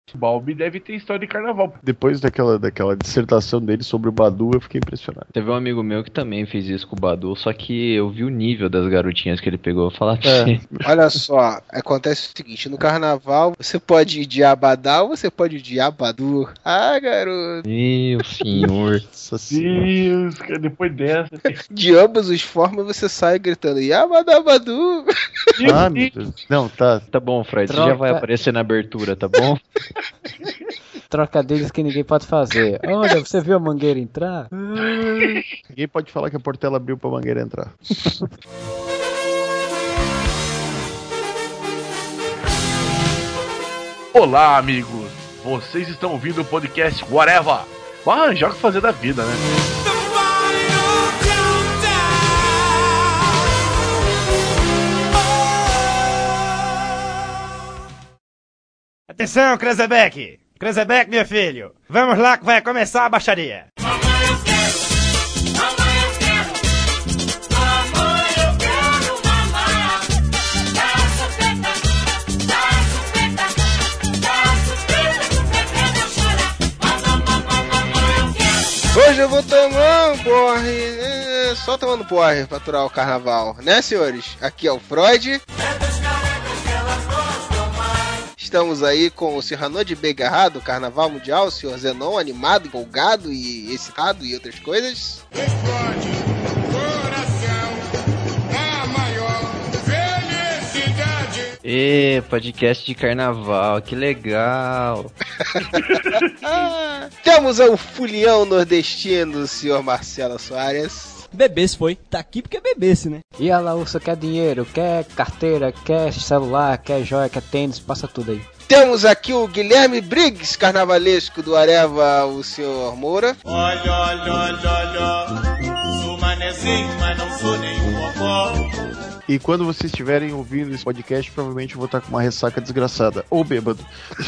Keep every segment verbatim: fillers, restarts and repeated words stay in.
Balbi deve ter história de carnaval. Depois daquela, daquela dissertação dele sobre o Badu, eu fiquei impressionado. Teve um amigo meu que também fez isso com o Badu, só que eu vi o nível das garotinhas que ele pegou. Eu vou falar pra É. você. Olha só, acontece o seguinte, no carnaval você pode ir de Abadá ou você pode ir de Abadu. Ah, garoto. Meu senhor. Nossa senhora. Deus, cara, depois dessa. De ambas as formas você sai gritando Yabadabadu. Ah, meu Deus. Não, tá. Tá bom, Freud, Troca. você já vai aparecer na abertura, tá bom? Trocadilhos que ninguém pode fazer. Olha, você viu a Mangueira entrar? Ninguém pode falar que a Portela abriu pra Mangueira entrar. Olá, amigos. Vocês estão ouvindo o podcast Whatever. Vai arranjar o que fazer da vida, né? Atenção, Krezebeck! Krezebeck, meu filho! Vamos lá que vai começar a baixaria! Mamãe, eu quero! Mamãe, eu quero! Mamãe, eu quero mamar! Dá chupeta! Dá chupeta! Dá chupeta! Chupeta, eu choro! Mamãe, mamãe, eu quero! Hoje eu vou tomar um porre. É, só tomando porre pra aturar o carnaval. Né, senhores? Aqui é o Freud. Estamos aí com o Cyrano de Begarra do Carnaval Mundial, o senhor Zenon, animado, empolgado e excitado e outras coisas. Explode coração da maior felicidade. Ê, podcast de carnaval, que legal. Temos o fulião nordestino, o senhor Marcelo Soares. Bebesse foi. Tá aqui porque bebesse, né? E a Laúça quer dinheiro, quer carteira, quer celular, quer joia, quer tênis, passa tudo aí. Temos aqui o Guilherme Briggs, carnavalesco do Areva, o senhor Moura. Olha, olha, olha, olha. Sou manezinho, mas não sou nenhum bobó. E quando vocês estiverem ouvindo esse podcast, provavelmente eu vou estar com uma ressaca desgraçada. Ou bêbado.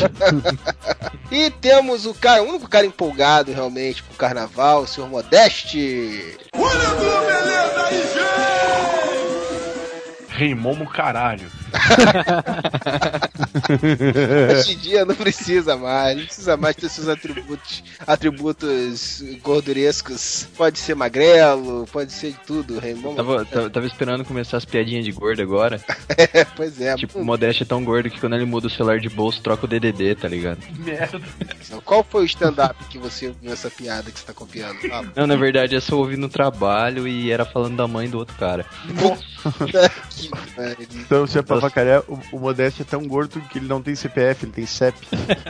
E temos o cara, o único cara empolgado realmente com o carnaval, o senhor Modeste. Olha a beleza aí, gente! Reimomo caralho. Hoje em dia não precisa mais, não precisa mais ter seus atributos, atributos gordurescos. Pode ser magrelo, pode ser de tudo, Raimundo. Tava, tava, tava esperando começar as piadinhas de gordo agora. É, pois é. Tipo, o Modeste é tão gordo que quando ele muda o celular de bolso, troca o D D D, tá ligado? Merda. Qual foi o stand-up que você ouviu essa piada que você tá copiando? Fala. Não, na verdade, eu só ouvi no trabalho e era falando da mãe do outro cara. Que pariu. Então, se é pra vacarear, o, o Modeste é tão gordo que ele não tem C P F, ele tem C E P.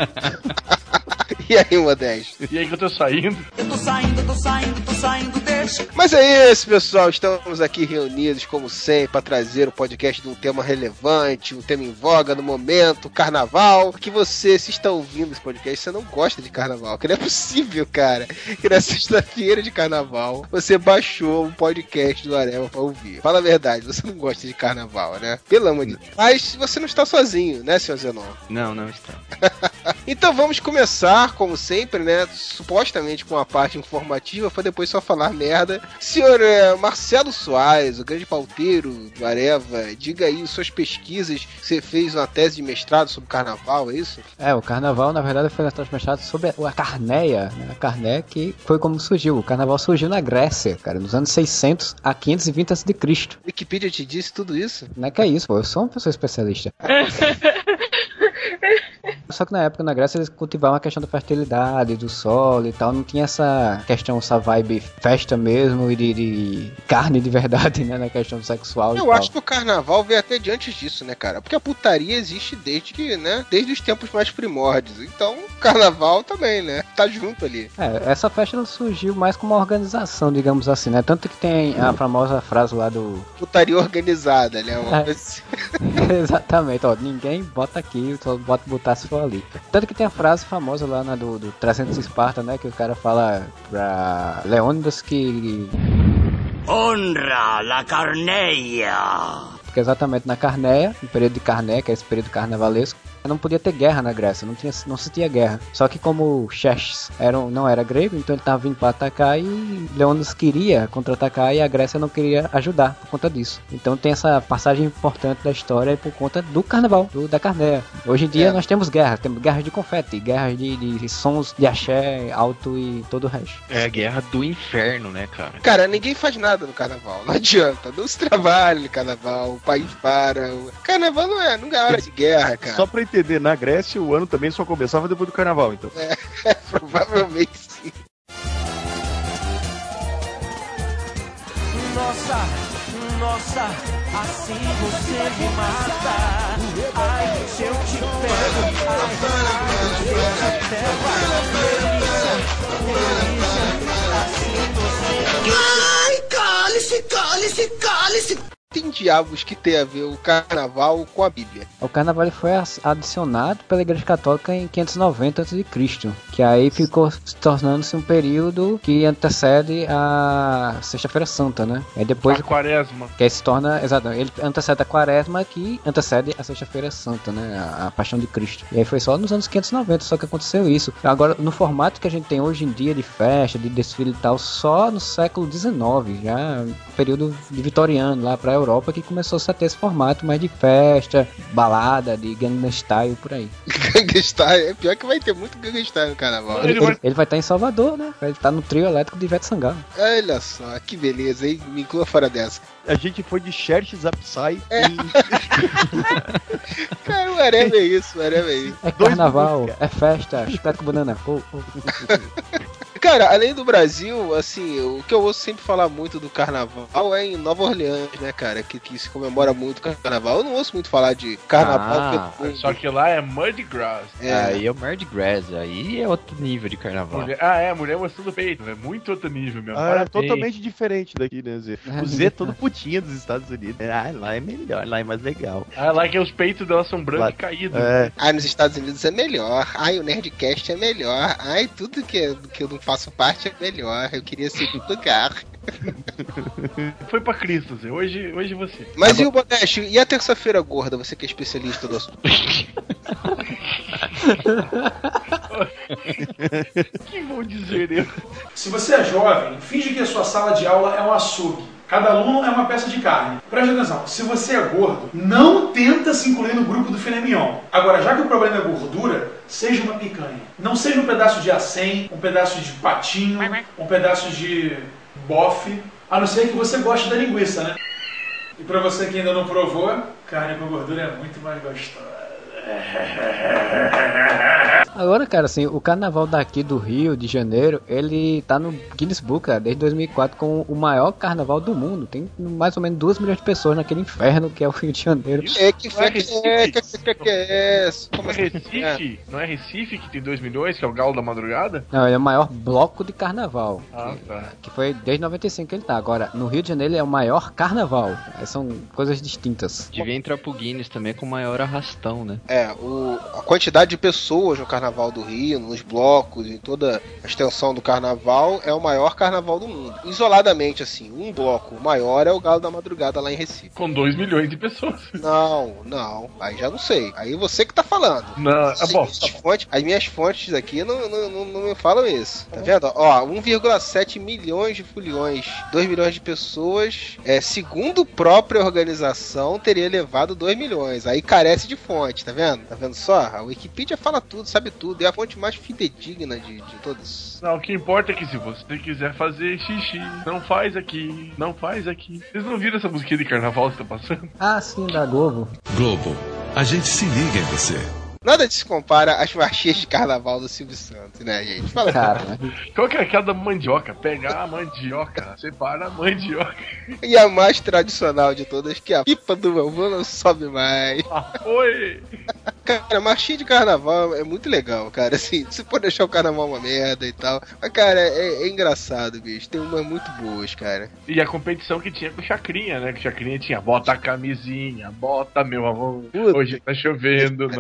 E aí, Modeste? E aí que eu tô saindo? Eu tô saindo, tô saindo, tô saindo, deixa. Mas é isso, pessoal. Estamos aqui reunidos, como sempre, para trazer o podcast de um tema relevante, um tema em voga no momento, carnaval. Que você, se está ouvindo esse podcast, você não gosta de carnaval. Que não é possível, cara, que na sexta-feira de carnaval você baixou um podcast do Areva para ouvir. Fala a verdade, você não gosta de carnaval, né? Pelo amor de Deus. Mas você não está sozinho, né, senhor Zenon? Não, não está. Então vamos começar, como sempre, né? Supostamente com a parte informativa, para depois só falar merda. Senhor é, Marcelo Soares, o grande pauteiro do Areva, diga aí suas pesquisas. Você fez uma tese de mestrado sobre carnaval, é isso? É, o carnaval, na verdade, foi uma tese de mestrado sobre a Carneia, né? A Carneia que foi como surgiu. O carnaval surgiu na Grécia, cara, nos anos seiscentos a quinhentos e vinte antes de Cristo. Wikipedia te disse tudo isso? Não é que é isso, pô, eu sou uma pessoa especialista. Só que na época na Grécia eles cultivavam a questão da fertilidade, do solo e tal, não tinha essa questão, essa vibe festa mesmo e de, de carne de verdade, né, na questão sexual. Eu e acho tal. que o carnaval veio até de antes disso, né, cara? Porque a putaria existe desde que, né, desde os tempos mais primórdios. Então, o carnaval também, né, tá junto ali. É, essa festa ela surgiu mais como uma organização, digamos assim, né, tanto que tem a famosa frase lá do... Putaria organizada, né, uma É. coisa assim. Exatamente, ó, ninguém bota aqui, só bota botar se for ali. Tanto que tem a frase famosa lá na do, do trezentos Esparta, né, que o cara fala pra Leônidas que... Honra la carneia. Porque exatamente na Carneia, no período de Carneia, que é esse período carnavalesco, não podia ter guerra na Grécia, não, tinha, não se tinha guerra. Só que como Xerxes era, não era grego, então ele tava vindo para atacar e Leônidas queria contra-atacar e a Grécia não queria ajudar por conta disso. Então tem essa passagem importante da história por conta do carnaval, do, da Carneia. Hoje em dia é. nós temos guerra, temos guerras de confete, guerras de, de sons de axé, alto e todo o resto. É a guerra do inferno, né, cara? Cara, ninguém faz nada no carnaval, não adianta, não se trabalha no carnaval, o país para. O... Carnaval não é, não é hora de guerra, cara. Só pra entender, na Grécia o ano também só começava depois do carnaval, então. É, é provavelmente sim. Nossa, nossa, assim você me mata. Ai, se eu te pego, ai, se eu te pego, delícia, delícia, assim você me... Ai, cale-se, cale-se, cale-se. Tem diabos que tem a ver o carnaval com a Bíblia? O carnaval ele foi adicionado pela Igreja Católica em quinhentos e noventa antes de Cristo, que aí ficou se tornando-se um período que antecede a Sexta-feira Santa, né? Aí depois a Quaresma. Que aí se torna, exato, ele antecede a Quaresma que antecede a Sexta-feira Santa, né? A, a Paixão de Cristo. E aí foi só nos anos quinhentos e noventa só que aconteceu isso. Agora, no formato que a gente tem hoje em dia de festa, de desfile e tal, só no século dezenove, já período de vitoriano lá pra Europa que começou a ter esse formato mais de festa, balada, de Gangnam Style por aí. Gangnam Style, é pior que vai ter muito Gangnam Style no carnaval. Ele, ele, ele vai estar em Salvador, né? Ele tá no trio elétrico de Ivete Sangalo. Olha só, que beleza, hein? Me inclua fora dessa. A gente foi de Xerxes a Psy é. e... Cara, o Areva é isso, o Areva é isso. É carnaval, é festa, chiclete com banana. Oh, oh, oh. Cara, além do Brasil, assim, o que eu ouço sempre falar muito do carnaval é em Nova Orleans, né, cara? Que, que se comemora muito o carnaval. Eu não ouço muito falar de carnaval. Ah, pelo... Só que lá é Mardi Gras. É. Aí é o Mardi Gras, aí é outro nível de carnaval. Mulher... Ah, é, mulher mostrando o peito, é muito outro nível mesmo. Ah, é totalmente diferente daqui, né, Zé? O Zé é todo putinha dos Estados Unidos. Ah, lá é melhor, lá é mais legal. Ah, lá que os peitos dela são brancos lá... e caídos. É. Ah, nos Estados Unidos é melhor. Ai, o Nerdcast é melhor. Ai, tudo que, que eu não faço parte é melhor. Eu queria ser do lugar. Foi pra Cristo, Zé. Hoje, hoje você. Mas ah, e o Bonesh? E a terça-feira gorda? Você que é especialista do assunto. Que vou dizer eu? Se você é jovem, finge que a sua sala de aula é um açougue. Cada aluno é uma peça de carne. Preste atenção, se você é gordo, não tenta se incluir no grupo do filé mignon. Agora, já que o problema é gordura, seja uma picanha. Não seja um pedaço de acém, um pedaço de patinho, um pedaço de bofe, a não ser que você goste da linguiça, né? E pra você que ainda não provou, carne com gordura é muito mais gostosa. Agora, cara, assim, o carnaval daqui do Rio de Janeiro, ele tá no Guinness Book, cara, desde dois mil e quatro, com o maior carnaval do mundo. Tem mais ou menos duas milhões de pessoas naquele inferno que é o Rio de Janeiro. É, que foi que é, que é, que é, Como é Recife? Não é Recife que tem dois milhões, que é o Galo da Madrugada? Não, ele é o maior bloco de carnaval. Ah, que, tá. Que foi desde noventa e cinco que ele tá. Agora, no Rio de Janeiro, ele é o maior carnaval. São coisas distintas. Devia entrar pro Guinness também com o maior arrastão, né? É, o, a quantidade de pessoas no carnaval do Rio, nos blocos, em toda a extensão do carnaval, é o maior carnaval do mundo. Isoladamente, assim, um bloco maior é o Galo da Madrugada lá em Recife. Com dois milhões de pessoas. Não, não, aí já não sei. Aí você que tá falando. Não, é bom. As, fontes, as minhas fontes aqui não, não, não, não me falam isso. Tá vendo? Ó, um vírgula sete milhões de foliões, dois milhões de pessoas, é, segundo própria organização, teria levado dois milhões. Aí carece de fonte, tá vendo? Tá vendo só? A Wikipedia fala tudo, sabe tudo. É a fonte mais fidedigna de, de todas. Não, o que importa é que se você quiser fazer xixi, não faz aqui, não faz aqui. Vocês não viram essa musiquinha de carnaval que tá passando? Ah, sim, da Globo. Globo, a gente se liga em você. Nada se compara às marchinhas de carnaval do Silvio Santos, né, gente? Fala. Cara, qual que é aquela da mandioca? Pegar a mandioca, separa a mandioca. E a mais tradicional de todas, que é a pipa do vovô não sobe mais. Ah, oi! Cara, marchinha de carnaval é muito legal, cara. Assim, você pode deixar o carnaval uma merda e tal. Mas, cara, é, é engraçado, bicho. Tem umas muito boas, cara. E a competição que tinha com o Chacrinha, né? Que o Chacrinha tinha bota a camisinha, bota meu amor. Puta. Hoje tá chovendo, não vai fazer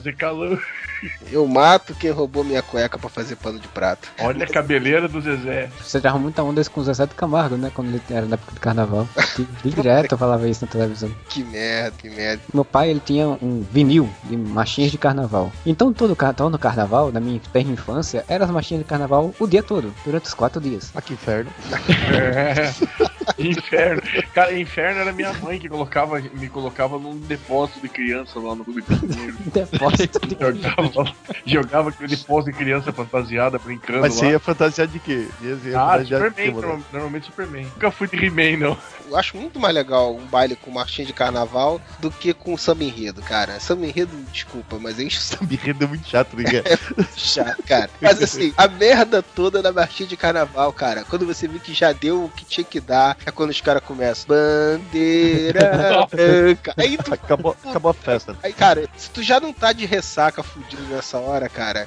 fazer calor. Eu mato quem roubou minha cueca pra fazer pano de prato. Olha a cabeleira do Zezé. Você já arrumou muita onda isso com o Zezé de Camargo, né? Quando ele era na época do carnaval. Direto eu falava isso na televisão. Que merda, que merda. Meu pai, ele tinha um vinil de marchinhas de carnaval. Então todo, todo no carnaval, na minha terra infância, eram as marchinhas de carnaval o dia todo, durante os quatro dias. Ah, que inferno. É. Inferno. Cara, inferno era minha mãe que colocava, me colocava num depósito de criança lá no Clube Pinheiro. Depósito de jogava, jogava aquele depósito de criança fantasiada brincando. Mas lá. você ia fantasiar de quê? Ia, ia ah, fantasiar Superman, de quê, normal, normalmente Superman. Nunca fui de He-Man, não. Eu acho muito mais legal um baile com marchinha de carnaval do que com samba enredo, cara. Samba enredo, desculpa, mas enche o samba enredo é muito chato, né? É muito chato, cara. Mas assim, a merda toda da marchinha de carnaval, cara, quando você vê que já deu o que tinha que dar, é quando os caras começam bandeira branca. Aí tu... acabou, acabou a festa. Aí, cara, se tu já não tá de ressaca fudido nessa hora, cara,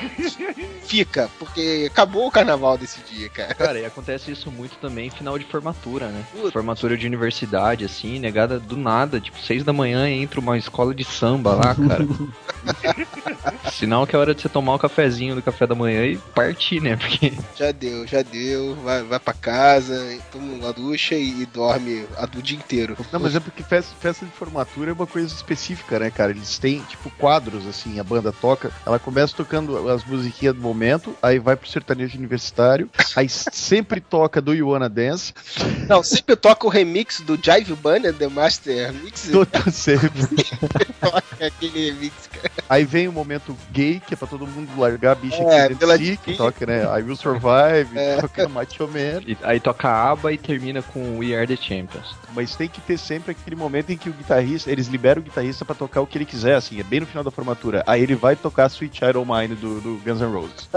fica, porque acabou o carnaval desse dia, cara. Cara, e acontece isso muito também em final de formatura, né? Puta. Formatura de universidade, assim, negada do nada, tipo, seis da manhã entra uma escola de samba lá, cara. Sinal que é hora de você tomar o cafezinho do café da manhã e partir, né? Porque... Já deu, já deu, vai, vai pra casa, toma uma ducha e, e dorme a, o dia inteiro. Não, mas é porque festa, festa de formatura é uma coisa específica, né, cara? Eles têm, tipo, quadros, assim, a banda toca, ela começa tocando as musiquinhas do momento, aí vai pro sertanejo universitário, aí sempre toca do You Wanna Dance. Não, sempre toca o remix do Jive Bunny, The Master Mix. Todo sempre. Toca aquele remix, cara. Aí vem o momento gay, que é pra todo mundo largar a bicha é, aqui dentro de si, que toca, né? I Will Survive, é. Toca Macho Man. E aí toca a aba e termina com We Are The Champions. Mas tem que ter sempre aquele momento em que o guitarrista, eles liberam o guitarrista pra tocar o que ele quiser, assim, é bem no final da formatura. Aí ele vai tocar Sweet Child O' Mine do, do Guns N' Roses.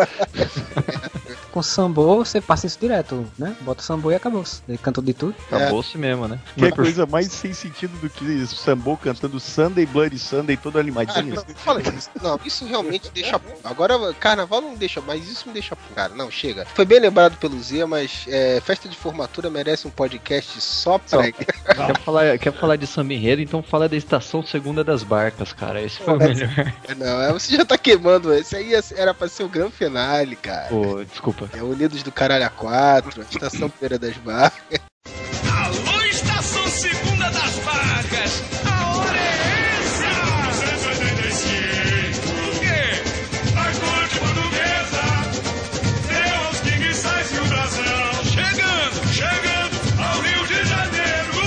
Com sambô, você passa isso direto, né? Bota o sambô e acabou. Ele cantou de tudo. Acabou-se é. mesmo, né? Que é coisa mais sem sentido do que isso, sambô cantando Sunday, Bloody Sunday, todo animadinho. Ah, não, fala isso. Não, isso realmente deixa... Agora, carnaval não deixa, mas isso me deixa... Cara, não, chega. Foi bem lembrado pelo Zé, mas é, festa de formatura merece um podcast só pra... Só. Quer falar, quer falar de samba enredo? Então fala da Estação Segunda das Barcas, cara. Esse foi o melhor. Não, você já tá queimando. Esse aí era pra ser o grande finale, cara. Pô, desculpa. É Unidos do Caralho A quatro, Estação Feira das Barcas. Alô, Estação Segunda das Barcas! A hora é essa! duzentos e oitenta e cinco. O quê? A corte portuguesa deu aos King Size e o Brasão. Chegando, chegando ao Rio de Janeiro.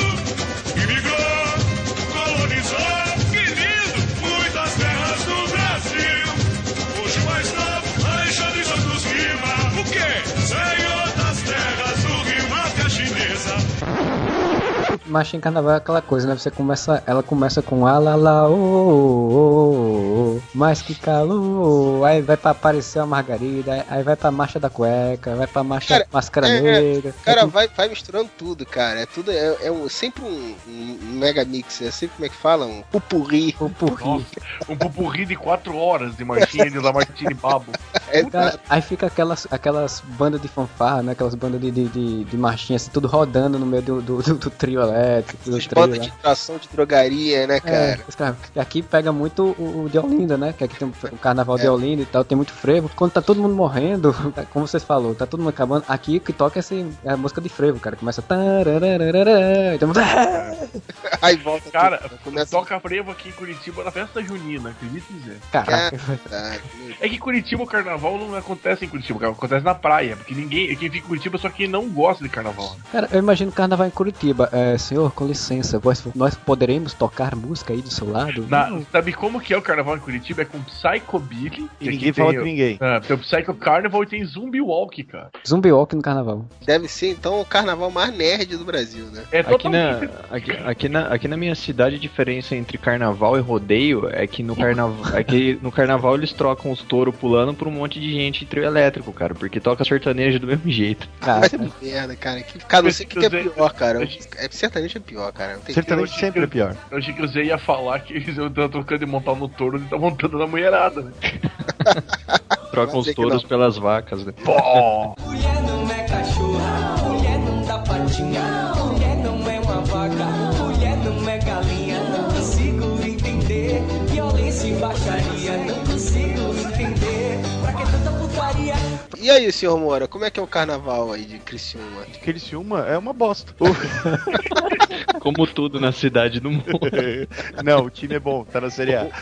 Imigrou, colonizou, que lindo! Muitas terras do Brasil. Hoje mais novo, Alexandre Santos Lima. O quê? Senhor das terras do Rio, máfia chinesa. Marcha em carnaval é aquela coisa, né? Você começa, ela começa com alala, ô, ô, ô, mas que calor. Aí vai pra aparecer a Margarida, aí vai pra marcha da cueca, vai pra marcha cara, máscara é, negra. É, cara, é vai, vai misturando tudo, cara. É tudo, é, é um, sempre um, um mega mix, é sempre como é que fala? Um pupurri. Pupurri. Nossa, um pupurri de quatro horas de marchinha de Lamartine Babo. É, cara, aí fica aquelas, aquelas bandas de fanfarra, né? Aquelas bandas de, de, de, de marchinha, assim, tudo rodando no meio do, do, do, do trio elétrico. As bandas de tração de drogaria, né, cara? É, aqui pega muito o, o de Olinda, né? Que aqui tem o carnaval é. de Olinda e tal, tem muito frevo. Quando tá todo mundo morrendo, como vocês falaram, tá todo mundo acabando. Aqui o que toca é, assim, é a música de frevo, cara. Começa. Então... Aí volta. Cara, começa... toca frevo aqui em Curitiba na festa junina, acredite dizer. Caraca. É que Curitiba o carnaval não acontece em Curitiba, acontece na praia, porque ninguém, quem fica em Curitiba é só quem não gosta de carnaval. Cara, eu imagino carnaval em Curitiba. É, senhor, com licença, nós poderemos tocar música aí do seu lado? Na, sabe como que é o carnaval em Curitiba? É com Psychobilly. E ninguém fala com ninguém. Ah, tem o Psycho Carnival e tem Zumbi Walk, cara. Zumbi Walk no carnaval. Deve ser, então, o carnaval mais nerd do Brasil, né? É aqui, na, aqui, aqui, na, aqui na minha cidade, a diferença entre carnaval e rodeio é que no carnaval, é que no carnaval eles trocam os touros pulando por um monte de gente em trio elétrico, cara, porque toca sertanejo do mesmo jeito. Cara, que merda, cara. Que, cara, não sei o que, que é pior, cara. É, sertanejo é pior, cara. Sertanejo sempre que, é pior. Eu achei que o Zé ia falar que eles estão trocando de montar no touro e tá montando na mulherada, né? Trocam os touros pelas vacas, né? Pô! Mulher não é cachorra, mulher não dá patinha, mulher não é uma vaca, mulher não é galinha, não consigo entender violência e baixaria. pra que tanta putaria? E aí, senhor Moura, como é que é o carnaval aí de Criciúma? Criciúma é uma bosta. Como tudo na cidade do mundo. Não, o time é bom, tá na Série A.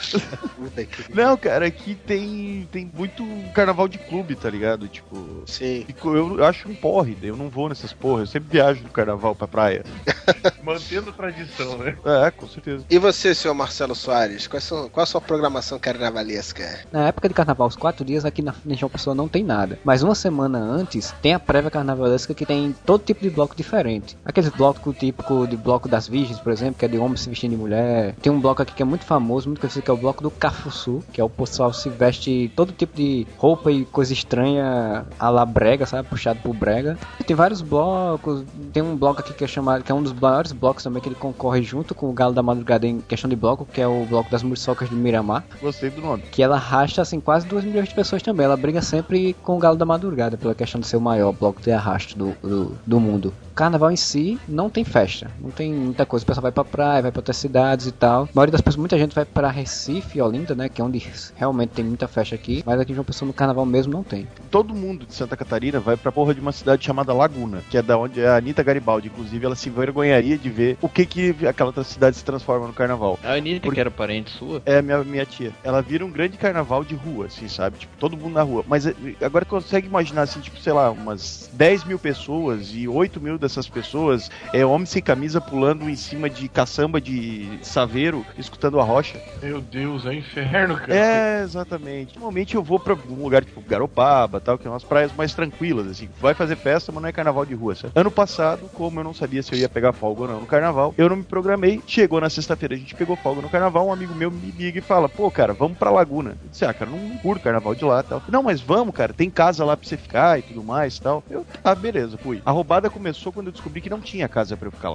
Não, cara, aqui tem, tem muito carnaval de clube, tá ligado? Tipo, sim. Eu acho um porre, eu não vou nessas porras, eu sempre viajo no carnaval pra praia. Mantendo a tradição, né? É, com certeza. E você, senhor Marcelo Soares, qual, são, qual a sua programação carnavalesca? Na época de carnaval, os quatro dias aqui na João Pessoa não tem nada. Mas uma semana antes, tem a prévia carnavalesca que tem todo tipo de bloco diferente. Aqueles blocos típico de bloco das virgens, por exemplo, que é de homem se vestindo de mulher. Tem um bloco aqui que é muito famoso, muito conhecido, que é o bloco do Cafuçu, que é o pessoal se veste todo tipo de roupa e coisa estranha à la brega, sabe? Puxado por brega. Tem vários blocos. Tem um bloco aqui que é chamado, que é um dos maiores blocos também, que ele concorre junto com o Galo da Madrugada em questão de bloco, que é o bloco das Muriçocas de Miramar. Gostei do nome. Que ela arrasta, assim, quase duas milhões de pessoas também. Ela briga sempre com o Galo da Madrugada, pela questão de ser o maior bloco de arrasto do, do, do mundo. O carnaval em si não tem festa, não tem muita coisa. O pessoal vai pra praia, vai pra outras cidades e tal. A maioria das pessoas, muita gente vai pra Recife e Olinda, né, que é onde realmente tem muita festa aqui. Mas aqui em João Pessoa no carnaval mesmo não tem. Todo mundo de Santa Catarina vai pra porra de uma cidade chamada Laguna, que é da onde é a Anitta Garibaldi. Inclusive, ela se envergonharia de ver o que que aquela outra cidade se transforma no carnaval. A Anitta, Porque... que era parente sua? É, minha, minha tia. Ela vira um grande carnaval de rua, assim, sabe? Tipo, todo mundo na rua. Mas agora consegue imaginar, assim, tipo, sei lá, umas dez mil pessoas e oito mil dessas pessoas é homem sem camisa pulando em cima de caçamba de saveiro, escutando a rocha. Meu Deus, é inferno, cara. É, exatamente. Normalmente eu vou pra um lugar tipo Garopaba, tal, que é umas praias mais tranquilas, assim. Vai fazer festa, mas não é carnaval de rua, sabe? Ano passado, como eu não sabia se eu ia pegar folga ou não no carnaval, eu não me programei. Chegou na sexta-feira, a gente pegou folga no carnaval, um amigo meu me liga e fala, pô, cara, vamos pra Laguna. Eu disse, ah, cara, não curto carnaval de lá e tal. Não, mas vamos, cara, tem casa lá pra você ficar e tudo mais e tal. Eu, tá, beleza, fui. A roubada começou quando eu descobri que não tinha casa pra eu ficar lá.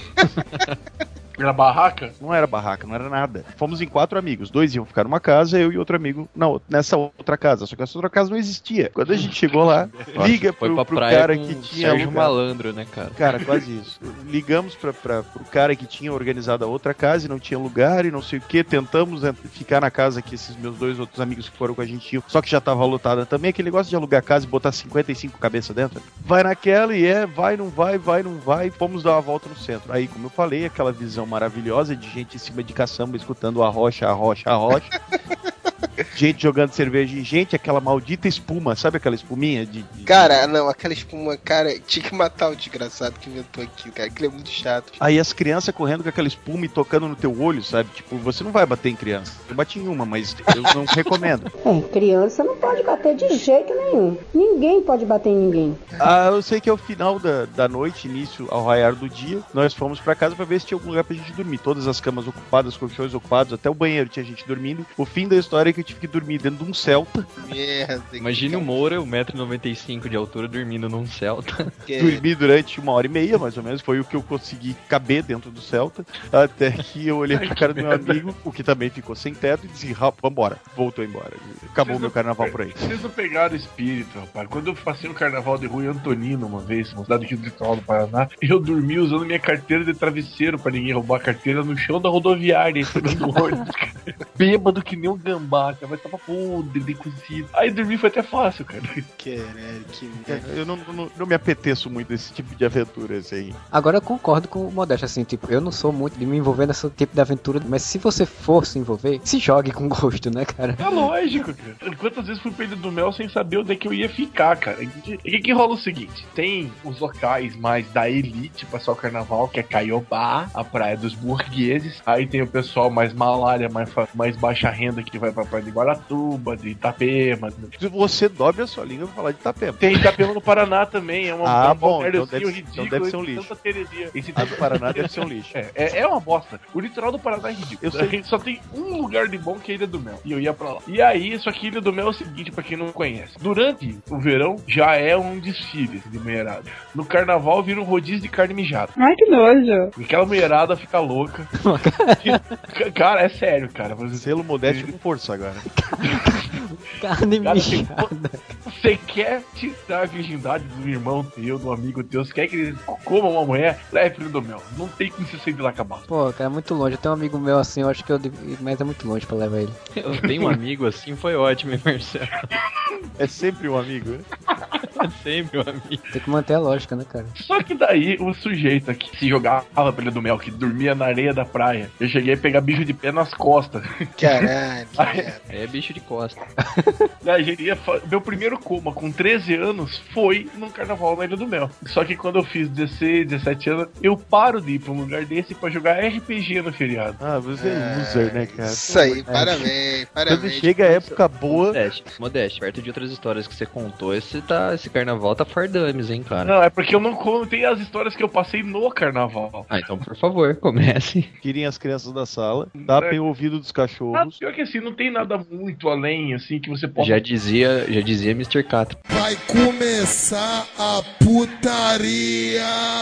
Era barraca? Não era barraca, não era nada. Fomos em quatro amigos. Dois iam ficar numa casa, eu e outro amigo na outra, nessa outra casa. Só que essa outra casa não existia. Quando a gente chegou lá, liga pro, pro cara que tinha Sérgio Malandro, né, cara? Cara, quase isso. Ligamos pra, pra, pro cara que tinha organizado a outra casa e não tinha lugar e não sei o que. Tentamos ficar na casa que esses meus dois outros amigos que foram com a gente iam, só que já tava lotada também. Aquele negócio de alugar casa e botar cinquenta e cinco cabeças dentro. Vai naquela e é, vai, não vai, vai, não vai. Fomos dar uma volta no centro. Aí, como eu falei, aquela visão maravilhosa de gente em cima de caçamba escutando a rocha, a rocha, a rocha. Gente jogando cerveja em gente, aquela maldita espuma, sabe aquela espuminha de, de... Cara, não, aquela espuma, cara, tinha que matar o desgraçado que inventou aquilo, cara, aquilo é muito chato. Aí as crianças correndo com aquela espuma e tocando no teu olho, sabe? Tipo, você não vai bater em criança. Eu bati em uma, mas eu não recomendo. É, criança não pode bater de jeito nenhum. Ninguém pode bater em ninguém. Ah, eu sei que ao final da, da noite, início ao raiar do dia, nós fomos pra casa pra ver se tinha algum lugar pra gente dormir. Todas as camas ocupadas, os colchões ocupados, até o banheiro tinha gente dormindo. O fim da história é que eu tive que dormir dentro de um Celta. Merda. Imagine o Moura, um metro e noventa e cinco de altura, dormindo num Celta. Que... Dormi durante uma hora e meia, mais ou menos. Foi o que eu consegui caber dentro do Celta. Até que eu olhei pra cara do meu amigo, o que também ficou sem teto, e disse, rapaz, vambora. Voltou embora. Acabou o meu carnaval por aí. Vocês não pegaram o espírito, rapaz. Quando eu passei um carnaval de rua em Antonino uma vez, uma cidade aqui do litoral do Paraná, eu dormi usando minha carteira de travesseiro pra ninguém roubar a carteira no chão da rodoviária, no ônibus. Bêbado que nem um gambá, cara, mas tava podre de cozido. Aí dormir foi até fácil, cara. Caralho, que merda. Eu não, não, não me apeteço muito desse tipo de aventura, assim. Agora eu concordo com o Modesto, assim, tipo, eu não sou muito de me envolver nesse tipo de aventura, mas se você for se envolver, se jogue com gosto, né, cara? É lógico, cara. Quantas vezes fui perdido do mel sem saber onde é que eu ia ficar, cara? E que, que rola o seguinte, tem os locais mais da elite pra só o carnaval, que é Caiobá, a praia dos burgueses. Aí tem o pessoal mais malária, mais, mais baixa renda, que vai pra praia de Guaratuba, de Itapema. Se você dobre a sua língua, eu vou falar de Itapema. Tem Itapema no Paraná também, é uma ah, é um bom, então ridículo. Então deve ser um lixo. Esse a do Paraná deve ser um lixo. É, é, é uma bosta. O litoral do Paraná é ridículo. Eu sei. Só tem um lugar de bom que é a Ilha do Mel. E eu ia pra lá. E aí, só que Ilha do Mel é o seguinte, pra quem não conhece. Durante o verão, já é um desfile de mulherada. No carnaval, vira um rodízio de carne mijada. Ai, que nojo. Aquela mulherada fica louca. Cara, é sério, cara. Você... Selo modesto com força agora. Carne cara, mijada. Você quer tirar a virgindade do irmão teu, do amigo teu, você quer que ele coma uma mulher, leve pro Ilha do Mel. Não tem como você sair de lá acabar. Pô, cara, é muito longe. Eu tenho um amigo meu assim, eu acho que eu... Mas é muito longe pra levar ele. Eu tenho um amigo assim, foi ótimo, hein, Marcelo? É sempre um amigo, né? É sempre um amigo. Tem que manter a lógica, né, cara? Só que daí o sujeito aqui se jogava pra Ilha do Mel, que dormia na areia da praia. Eu cheguei a pegar bicho de pé nas costas. Caralho. Aí, É bicho de costa. daí a gente ia fa- meu primeiro coma com treze anos foi num carnaval na Ilha do Mel. Só que quando eu fiz dezesseis, dezessete anos, eu paro de ir pra um lugar desse pra jogar R P G no feriado. Ah, você é loser, né, cara? Isso aí, É. parabéns, parabéns. Quando chega a época boa. Modeste, modeste. Perto de outras histórias que você contou, esse, tá, esse carnaval tá fardames, hein, cara? Não, é porque eu não contei as histórias que eu passei no carnaval. Ah, então por favor, comece. Tirem as crianças da sala, tapem o ouvido dos Ah, cachorros. pior que assim, não tem nada muito além, assim, que você possa... Já dizia, já dizia mister Catra. Vai começar a putaria!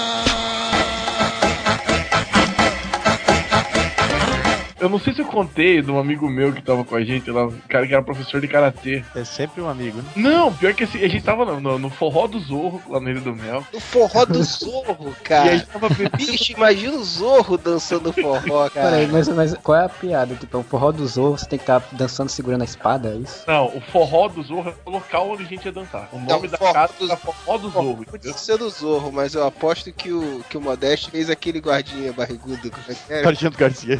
Eu não sei se eu contei de um amigo meu que tava com a gente lá, um cara que era professor de karatê. É sempre um amigo, né? Não, pior que assim, a gente tava no, no, no forró do Zorro, lá no Ilha do Mel. O forró do Zorro, E cara. a gente tava bebendo... Bicho, imagina o Zorro dançando forró, cara. Peraí, mas, mas qual é a piada? Tipo, é o forró do Zorro, você tem que estar dançando segurando a espada, é isso? Não, o forró do Zorro é o local onde a gente ia dançar. O nome Não, da forró casa do- era forró do Zorro. Podia ser do Zorro, mas eu aposto que o, que o Modeste fez aquele guardinha barrigudo. Como é que era? Sargento Garcia.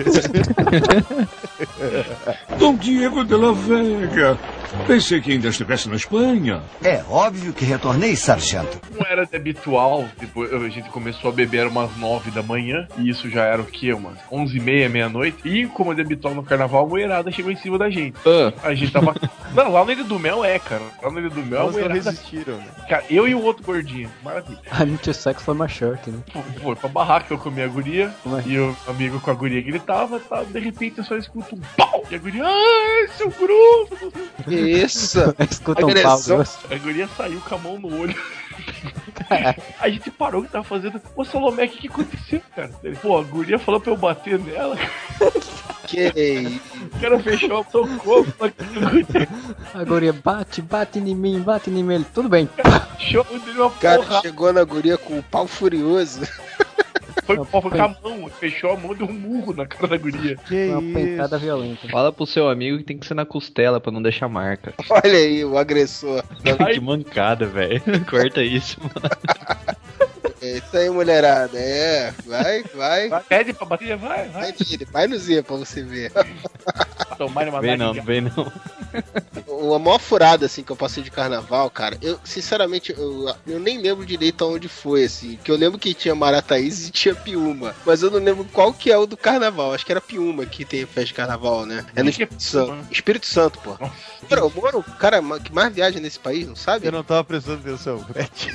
Dom Diego de la Vega. Pensei que ainda estivesse na Espanha. É óbvio que retornei, sargento. Não era de habitual, tipo, a gente começou a beber umas nove da manhã, e isso já era o quê? Umas onze e meia, meia-noite. E como é de habitual no carnaval, a moerada chegou em cima da gente. Ah, A gente tava... Não, lá no Ilha do Mel é, cara. Lá no Ilha do Mel, a Elas não moerada... resistiram, né? Cara, eu e o outro gordinho. Maravilha. I need to sex for my shirt, né? Foi pra barraca, eu comi a guria, Ué. e o amigo com a guria gritava, tá, de repente eu só escuto um pau, e a guria, ai, seu grosso, Isso. Escuta um pau Agressão. grosso. a guria saiu com a mão no olho. A gente parou o que tava fazendo. Ô Salomé, o que, que aconteceu, cara? Ele, pô, a guria falou pra eu bater nela. Que isso. O cara fechou o socorro. A guria bate, bate em mim, bate em mim. Ele, tudo bem. Fechou, deu uma O cara porra. chegou na guria com o pau furioso. Foi, foi com a mão, fechou a mão e deu um murro na cara da guria. Que Uma isso? pentada violenta. fala pro seu amigo que tem que ser na costela pra não deixar marca. Olha aí, o agressor. Que mancada, velho. Corta isso, mano. É isso aí, mulherada. É, vai, vai. Vai, pede pra bater, vai, vai. Vai, filho, vai no Z pra você ver. Tomar uma Vem não, não vem não. A maior furada, assim, que eu passei de carnaval, cara, eu, sinceramente, eu, eu nem lembro direito aonde foi, assim, que eu lembro que tinha Marataízes e tinha Piúma, mas eu não lembro qual que é o do carnaval, acho que era Piúma que tem festa de carnaval, né? É no Espírito Santo. Espírito Santo, pô. Cara, eu moro, cara, que mais viaja nesse país, não sabe? Eu não tava prestando atenção, Brett.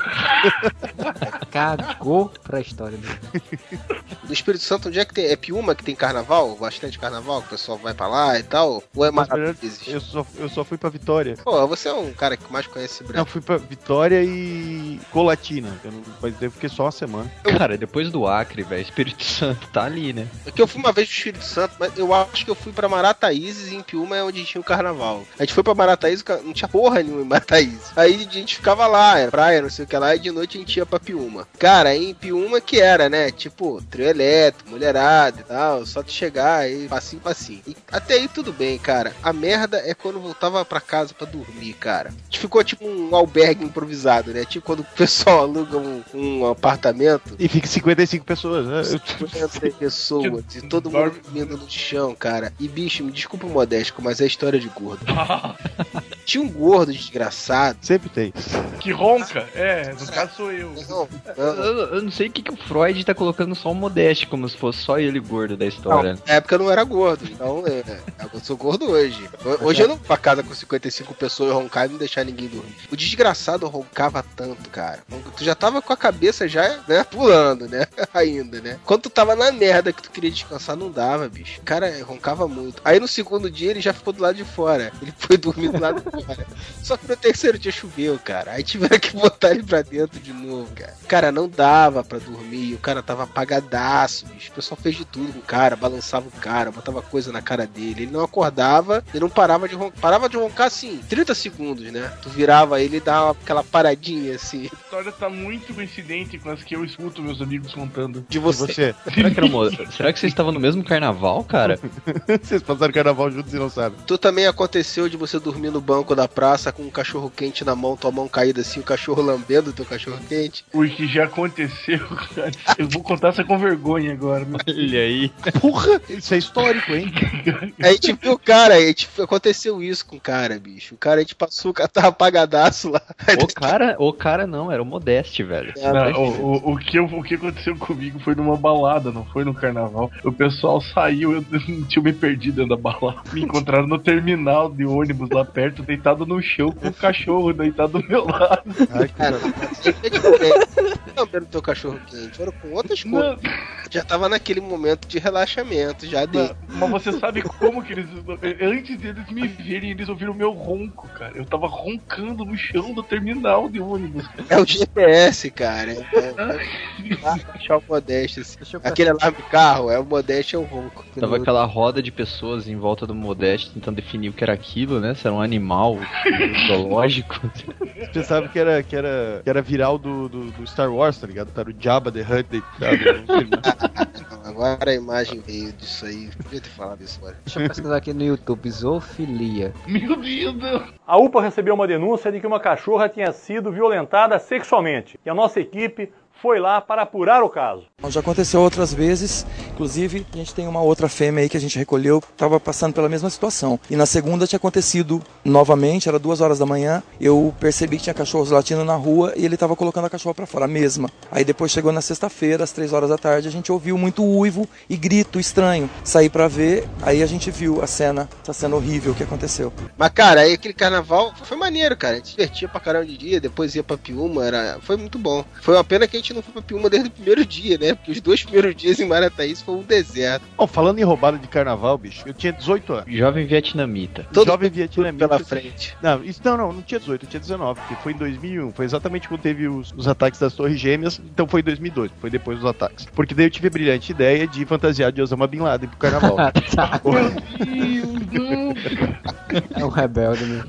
Cagou pra história dele. Do Espírito Santo, onde é que tem? É Piúma que tem carnaval? Bastante carnaval, que o pessoal vai pra lá e tal? Ou é Mas, Marataízes? Eu só, eu só fui pra Vitória. Pô, você é um cara que mais conhece o Não, Brasil. fui pra Vitória e Colatina. Eu não, mas eu fiquei só uma semana. Cara, depois do Acre, velho, Espírito Santo tá ali, né? É que eu fui uma vez pro Espírito Santo, mas eu acho que eu fui pra Marataízes e em Piúma é onde tinha o carnaval. A gente foi pra Marataízes, não tinha porra nenhuma em Marataízes. Aí a gente ficava lá, era praia, não sei o que lá, e de noite a gente ia pra Piúma. Cara, em Piúma que era, né? Tipo, trio elétrico, mulherada e tal, só de chegar aí, passinho, passinho. E até aí tudo bem, cara. A merda é quando eu voltava pra casa pra dormir, cara. A gente ficou tipo um albergue improvisado, né? Tipo quando o pessoal aluga um, um apartamento. E fica cinquenta e cinco pessoas, né? cinquenta pessoas e todo mundo dormindo no chão, cara. E bicho, me desculpa o modesto, mas é história de gordo. Tinha um gordo desgraçado. Sempre tem. Que ronca? É, no caso sou eu. Não, Eu, eu não sei o que, que o Freud tá colocando só o Modeste, como se fosse só ele gordo da história. Não, na época eu não era gordo, então é, eu sou gordo hoje. Hoje eu não vou pra casa com cinquenta e cinco pessoas e roncar e não deixar ninguém dormir. O desgraçado roncava tanto, cara. Tu já tava com a cabeça já, né, pulando, né, ainda, né. Quando tu tava na merda que tu queria descansar, não dava, bicho. O cara roncava muito. Aí no segundo dia ele já ficou do lado de fora. Ele foi dormir do lado de fora. Só que no terceiro dia choveu, cara. Aí tiveram que botar ele pra dentro de novo, cara. Cara, não dava pra dormir, o cara tava apagadaço, bicho. O pessoal fez de tudo com o cara, balançava o cara, botava coisa na cara dele. Ele não acordava e não parava de roncar. Parava de roncar, assim, trinta segundos, né? Tu virava ele e dava aquela paradinha, assim. A história tá muito coincidente com as que eu escuto meus amigos contando. De você. De você. Será que, era uma... Será que vocês estavam no mesmo carnaval, cara? Vocês passaram carnaval juntos e não sabem. Tu também aconteceu de você dormir no banco da praça com um cachorro quente na mão, tua mão caída assim, o cachorro lambendo o teu cachorro quente? O que já aconteceu, cara. Eu vou contar essa com vergonha agora. Mas... Olha aí. Porra, isso é histórico, hein? A gente viu o cara, a gente... aconteceu isso com o cara, bicho. O cara, a gente passou, o cara tava apagadaço lá. O cara, o cara não, era o Modeste, velho. Não, o, o, o, que eu, o que aconteceu comigo foi numa balada, não foi no carnaval. O pessoal saiu, eu tinha me perdido dentro da balada. Me encontraram no terminal de ônibus lá perto, deitado no chão com o cachorro deitado do meu lado. Ai, cara, não era o teu cachorro quente, era com outras coisas. Já tava naquele momento de relaxamento, já dei. Mas você sabe como que eles. Antes deles me verem, eles ouviram o meu ronco, cara. Eu tava roncando no chão do terminal de ônibus. É o G P S, cara. É, é, achar o Modeste. Assim. Aquele alarme de carro, é o Modeste, é o ronco. Tava aquela roda de pessoas em volta do Modeste tentando definir o que era aquilo, né? Se era um animal zoológico. Você sabe que era, que era, que era viral do, do, do Star Wars, tá ligado? Era o Jabba the Hutt deitado. Agora a imagem veio disso aí. Podia ter falado isso agora. Deixa eu pesquisar aqui no YouTube. Zoofilia. Meu Deus! A U P A recebeu uma denúncia de que uma cachorra tinha sido violentada sexualmente. E a nossa equipe foi lá para apurar o caso. Já aconteceu outras vezes, inclusive a gente tem uma outra fêmea aí que a gente recolheu, estava passando pela mesma situação. E na segunda tinha acontecido novamente, era duas horas da manhã, eu percebi que tinha cachorros latindo na rua e ele estava colocando a cachorra para fora, a mesma. Aí depois chegou na sexta-feira, às três horas da tarde, a gente ouviu muito uivo e grito estranho. Saí para ver, aí a gente viu a cena, essa cena horrível que aconteceu. Mas cara, aí aquele carnaval foi maneiro, cara, a gente se divertia pra caramba de dia, depois ia pra Piúma, era... foi muito bom. Foi uma pena que a gente não foi pra Piúma desde o primeiro dia, né? Porque os dois primeiros dias em Marataízes foi um deserto. Bom, falando em roubada de carnaval, bicho, eu tinha dezoito anos. Jovem vietnamita. Todo Jovem vietnamita. Pela frente. Não, isso, não, não, não tinha dezoito, eu tinha dezenove, porque foi em dois mil e um, foi exatamente quando teve os, os ataques das Torres Gêmeas, então foi em dois mil e dois, foi depois dos ataques. Porque daí eu tive a brilhante ideia de fantasiar de Osama Bin Laden pro carnaval. Tá. Meu Deus, É um rebelde mesmo.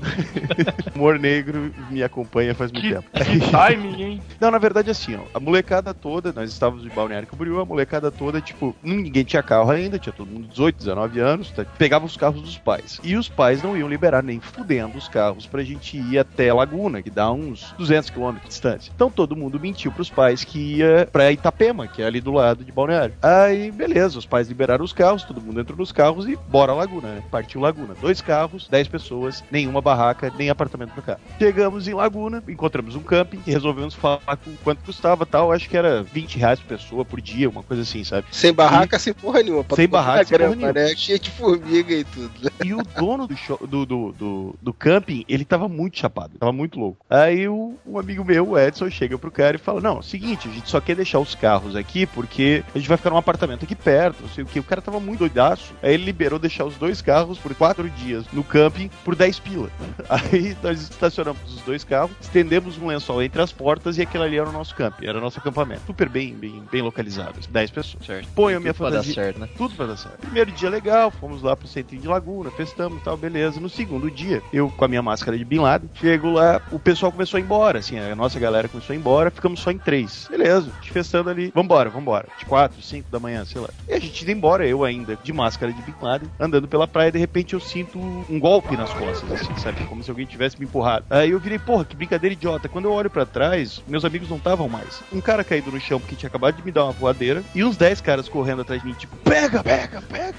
O humor negro me acompanha faz muito que, tempo. que timing, hein? Não, na verdade assim, ó, a molecada toda, nós estávamos de Balneário Camboriú, a molecada toda, tipo, ninguém tinha carro ainda, tinha todo mundo dezoito, dezenove anos, tá? Pegava os carros dos pais. E os pais não iam liberar nem fudendo os carros pra gente ir até Laguna, que dá uns duzentos quilômetros de distância. Então todo mundo mentiu pros pais que ia pra Itapema, que é ali do lado de Balneário. Aí, beleza, os pais liberaram os carros, todo mundo entrou nos carros e bora Laguna, né? Partiu Laguna. Dois carros, dez pessoas, nenhuma barraca, nem apartamento pra cá. Chegamos em Laguna, encontramos um camping e resolvemos falar com quanto custava tal, acho que era vinte reais por pessoa por dia, uma coisa assim, sabe? Sem barraca, e... sem porra nenhuma. Sem barraca, sem porra nenhuma. Né? Cheio de formiga e tudo. E o dono do, show, do, do, do, do camping, ele tava muito chapado, tava muito louco. Aí o, um amigo meu, o Edson, chega pro cara e fala, não, é o seguinte, a gente só quer deixar os carros aqui porque a gente vai ficar num apartamento aqui perto, não sei o que. O cara tava muito doidaço. Aí ele liberou deixar os dois carros por quatro dias no camping por dez pila. Aí nós estacionamos os dois carros, estendemos um lençol entre as portas e aquele ali era o nosso camping, era o nosso acampamento. Super bem, bem, bem localizado. dez pessoas. Certo. Põe a minha Tudo fantasia. pra dar certo, né? Tudo pra dar certo. Primeiro dia legal, fomos lá pro centrinho de Laguna, festamos e tal, beleza. No segundo dia, eu com a minha máscara de Bin Laden, chego lá, o pessoal começou a ir embora, assim, a nossa galera começou a ir embora, ficamos só em três. Beleza, a gente festando ali, vambora, vambora. De quatro, cinco da manhã, sei lá. E a gente indo embora, eu ainda de máscara de Bin Laden, andando pela praia, de repente eu sinto um golpe nas costas, assim, sabe? Como se alguém tivesse me empurrado. Aí eu virei, porra, que brincadeira idiota. Quando eu olho pra trás, meus amigos não estavam mais. Um cara caído no chão porque tinha acabado de me dar uma voadeira e uns dez caras correndo atrás de mim, tipo, pega, pega, pega.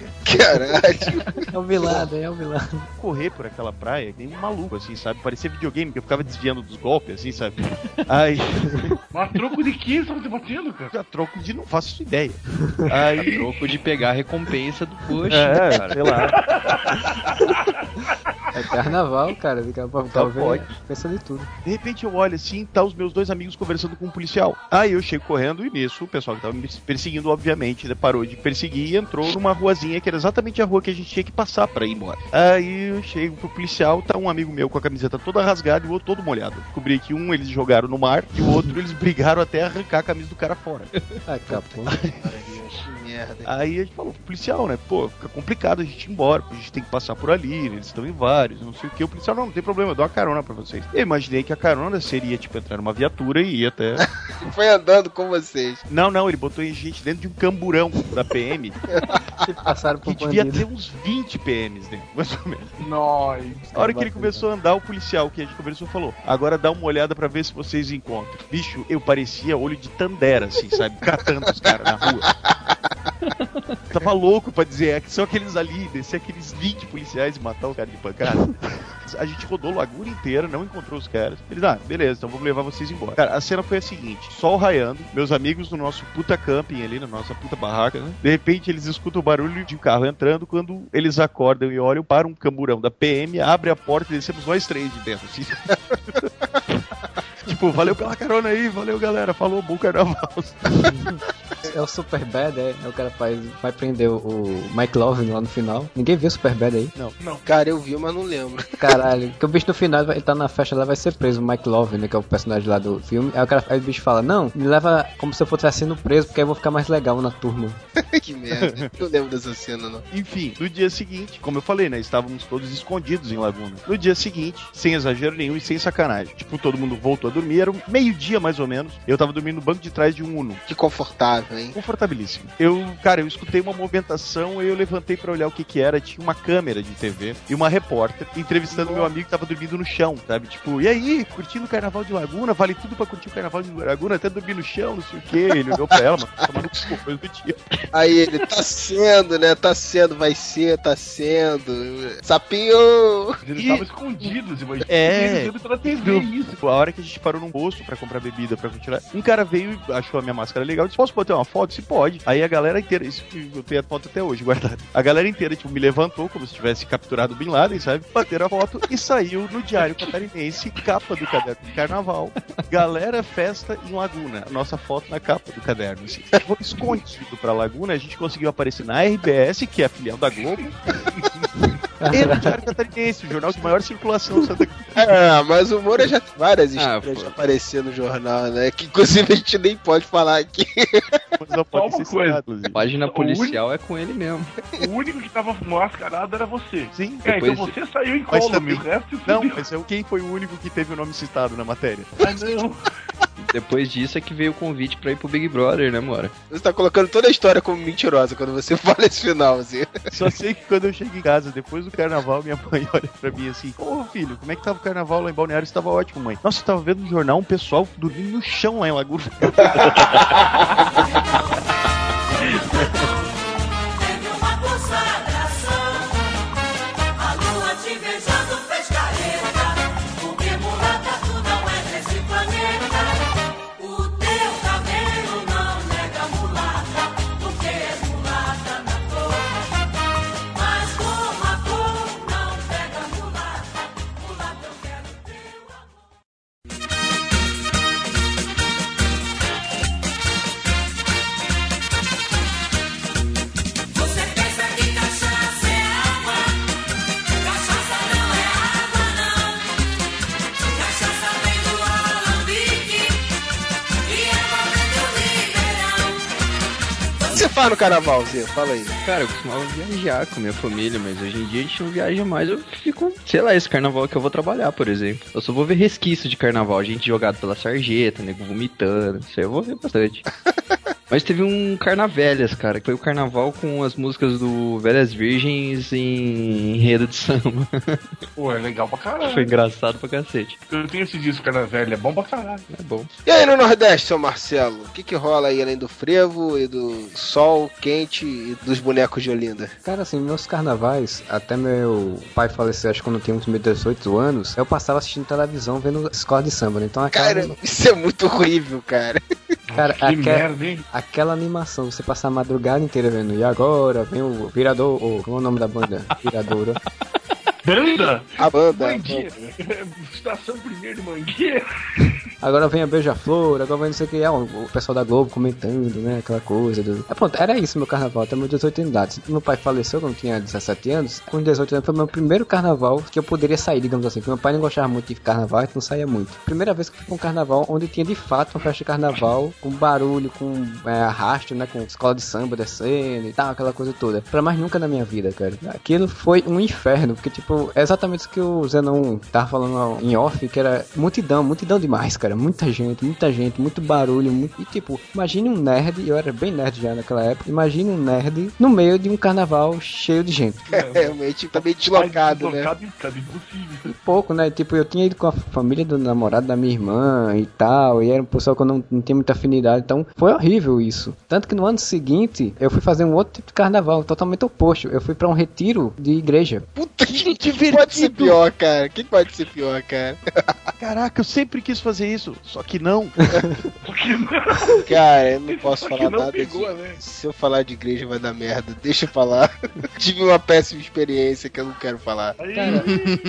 Caralho. É o vilado, é o vilado. Correr por aquela praia, nem um maluco, assim, sabe? Parecia videogame, que eu ficava desviando dos golpes, assim, sabe? Aí... Mas troco de que você tava te batendo, cara? Já troco de não faço ideia. Aí... A troco de pegar a recompensa do push, é, cara. sei lá. É carnaval, cara. Talvez pensa de tudo. De repente eu olho assim, tá os meus dois amigos conversando com um policial. Aí eu chego correndo e nisso o pessoal que tava me perseguindo, obviamente, parou de perseguir e entrou numa ruazinha que era exatamente a rua que a gente tinha que passar pra ir embora. Aí eu chego pro policial, tá um amigo meu com a camiseta toda rasgada e o outro todo molhado. Descobri que um eles jogaram no mar e o outro eles brigaram até arrancar a camisa do cara fora. Ai, capô. Aí a gente falou pro policial, né? Pô, fica complicado a gente ir embora, porque a gente tem que passar por ali, eles estão em vários, não sei o que. O policial, não, não tem problema, eu dou uma carona pra vocês. Eu imaginei que a carona seria, tipo, entrar numa viatura e ir até... Foi andando com vocês. Não, não, ele botou a gente dentro de um camburão da P M. Passaram por que devia ter uns vinte P Ms dentro, mais ou menos. Nossa. A hora que ele começou a andar, o policial que a gente conversou falou, agora dá uma olhada pra ver se vocês encontram. Bicho, eu parecia olho de Tandera, assim, sabe? Catando os caras na rua. Tava louco pra dizer, é que são aqueles ali, descer aqueles vinte policiais e matar o cara de pancada. A gente rodou Laguna inteira, não encontrou os caras. Eles, ah, beleza, então vamos levar vocês embora. Cara, a cena foi a seguinte, sol raiando, meus amigos no nosso puta camping ali, na nossa puta barraca, né? De repente eles escutam o barulho de um carro entrando, quando eles acordam e olham para um camburão da P M, abre a porta e descemos nós três de dentro, assim. Tipo, valeu pela carona aí, valeu galera, falou, bom carnaval. É o Superbad, é, é o cara faz, vai prender o, o Mike Love lá no final. Ninguém viu o Superbad aí? Não. Não. Cara, eu vi, mas não lembro. Caralho, que o bicho no final, ele tá na festa lá, vai ser preso, o Mike Love, né, que é o personagem lá do filme. Aí o, cara, aí o bicho fala, não, me leva como se eu fosse sendo preso, porque aí eu vou ficar mais legal na turma. Que merda, não lembro dessa cena, não. Enfim, no dia seguinte, como eu falei, né, estávamos todos escondidos em Laguna. No dia seguinte, sem exagero nenhum e sem sacanagem, tipo, todo mundo voltou a dormir, era um meio-dia mais ou menos, eu tava dormindo no banco de trás de um Uno. Que confortável, hein? Confortabilíssimo. Eu, cara, eu escutei uma movimentação e eu levantei pra olhar o que que era, tinha uma câmera de T V e uma repórter entrevistando meu amigo que tava dormindo no chão, sabe? Tipo, e aí, curtindo o Carnaval de Laguna? Vale tudo pra curtir o Carnaval de Laguna, até dormir no chão, não sei o que. Ele olhou pra ela, mano, tomando coisa do dia. Aí ele, tá sendo, né? Tá sendo, vai ser, tá sendo. Sapinho! Eles estavam escondidos, imagina. É, eles pela T V, isso. A hora que a gente parou num posto pra comprar bebida pra continuar, um cara veio e achou a minha máscara legal, disse, posso botar uma foto? Se pode. Aí a galera inteira, isso que eu tenho a foto até hoje guardada, a galera inteira, tipo, me levantou como se tivesse capturado o Bin Laden, sabe? Bateram a foto e saiu no Diário Catarinense, capa do caderno de carnaval. Galera, festa em Laguna. Nossa foto na capa do caderno, assim. Foi escondido pra Laguna, a gente conseguiu aparecer na R B S, que é a filial da Globo. E no Diário Catarinense, o jornal de maior circulação de Santa Catarina. Ah, mas o Moura já tem várias Ah, histórias de pô. aparecer no jornal, né? Que inclusive a gente nem pode falar aqui. Só uma coisa. Página policial é com ele mesmo. O único que tava mascarado era você. Sim, É, então depois- você saiu em Mas colo, também- meu. O resto Não, fudeu. mas eu, quem foi o único que teve o nome citado na matéria? Ah, não. Depois disso é que veio o convite pra ir pro Big Brother, né, Mora? Você tá colocando toda a história como mentirosa quando você fala esse final, assim. Só sei que quando eu chego em casa, depois do carnaval, minha mãe olha pra mim assim, ô filho, como é que tava o carnaval lá em Balneário? Estava ótimo, mãe. Nossa, eu tava vendo no jornal um pessoal dormindo no chão lá em Laguna. Teve uma consagração, a lua te beijando fez careta, porque mulata tu não é desse planeta. O teu cabelo não nega mulata, porque és mulata na cor. Mas como a cor não pega mulata, mulata eu quero teu amor. Você pensa que cachaça é água? Cachaça não é água, não. Cachaça vem do alambique e água vem do ribeirão. O que você faz no carnaval, Zé? Fala aí. Cara, eu costumava viajar com minha família, mas hoje em dia a gente não viaja mais. Eu fico, sei lá, esse carnaval que eu vou trabalhar, por exemplo. Eu só vou ver resquício de carnaval, gente jogado pela sarjeta, nego vomitando, isso aí eu vou ver bastante. Mas teve um Carnavelhas, cara, que foi o carnaval com as músicas do Velhas Virgens em enredo de samba. Pô, é legal pra caralho. Foi engraçado pra cacete. Eu tenho esse disco, cara, velho. É bom pra caralho. É bom. E aí no Nordeste, seu Marcelo? O que que rola aí além do frevo e do sol quente e dos bonecos de Olinda? Cara, assim, meus carnavais, até meu pai faleceu, acho que quando eu tinha uns meus dezoito anos, eu passava assistindo televisão, vendo escola de samba, né? Então aquela... Cara, isso é muito horrível, cara. Cara, Que aquela, merda, hein? aquela animação, você passar a madrugada inteira vendo, e agora vem o Virador, ou como é o nome da banda? Viradouro. Banda? A banda. Mangueira. Estação primeiro de Mangueira. Agora vem a Beija-Flor, agora vem não sei o que, é, o pessoal da Globo comentando, né, aquela coisa. Do... É, pronto, era isso meu carnaval, até meus dezoito anos de idade. Meu pai faleceu quando eu tinha dezessete anos, com dezoito anos foi o meu primeiro carnaval que eu poderia sair, digamos assim, porque meu pai não gostava muito de carnaval, então não saía muito. Primeira vez que eu fui pra um carnaval onde tinha de fato uma festa de carnaval, com barulho, com é, arrasto, né, com escola de samba descendo e tal, aquela coisa toda. Pra mais nunca na minha vida, cara. Aquilo foi um inferno, porque tipo, é exatamente isso que o Zenon tava falando em off, que era multidão, multidão demais, cara. Muita gente, muita gente, muito barulho, muito... E tipo, imagine um nerd, eu era bem nerd já naquela época, imagine um nerd no meio de um carnaval cheio de gente. É, realmente, tá meio deslocado, né? Deslocado, impossível. Um pouco, né? Tipo, eu tinha ido com a família do namorado da minha irmã e tal, e era um pessoal que eu não, não tinha muita afinidade, então foi horrível isso. Tanto que no ano seguinte, eu fui fazer um outro tipo de carnaval, totalmente oposto. Eu fui pra um retiro de igreja. Puta que divertido! Pode ser pior, cara. Que pode ser pior, cara? Caraca, eu sempre quis fazer isso, só que não. Cara, eu não posso falar não nada pegou, de... né? Se eu falar de igreja vai dar merda. Deixa eu falar. Tive uma péssima experiência que eu não quero falar. Cara,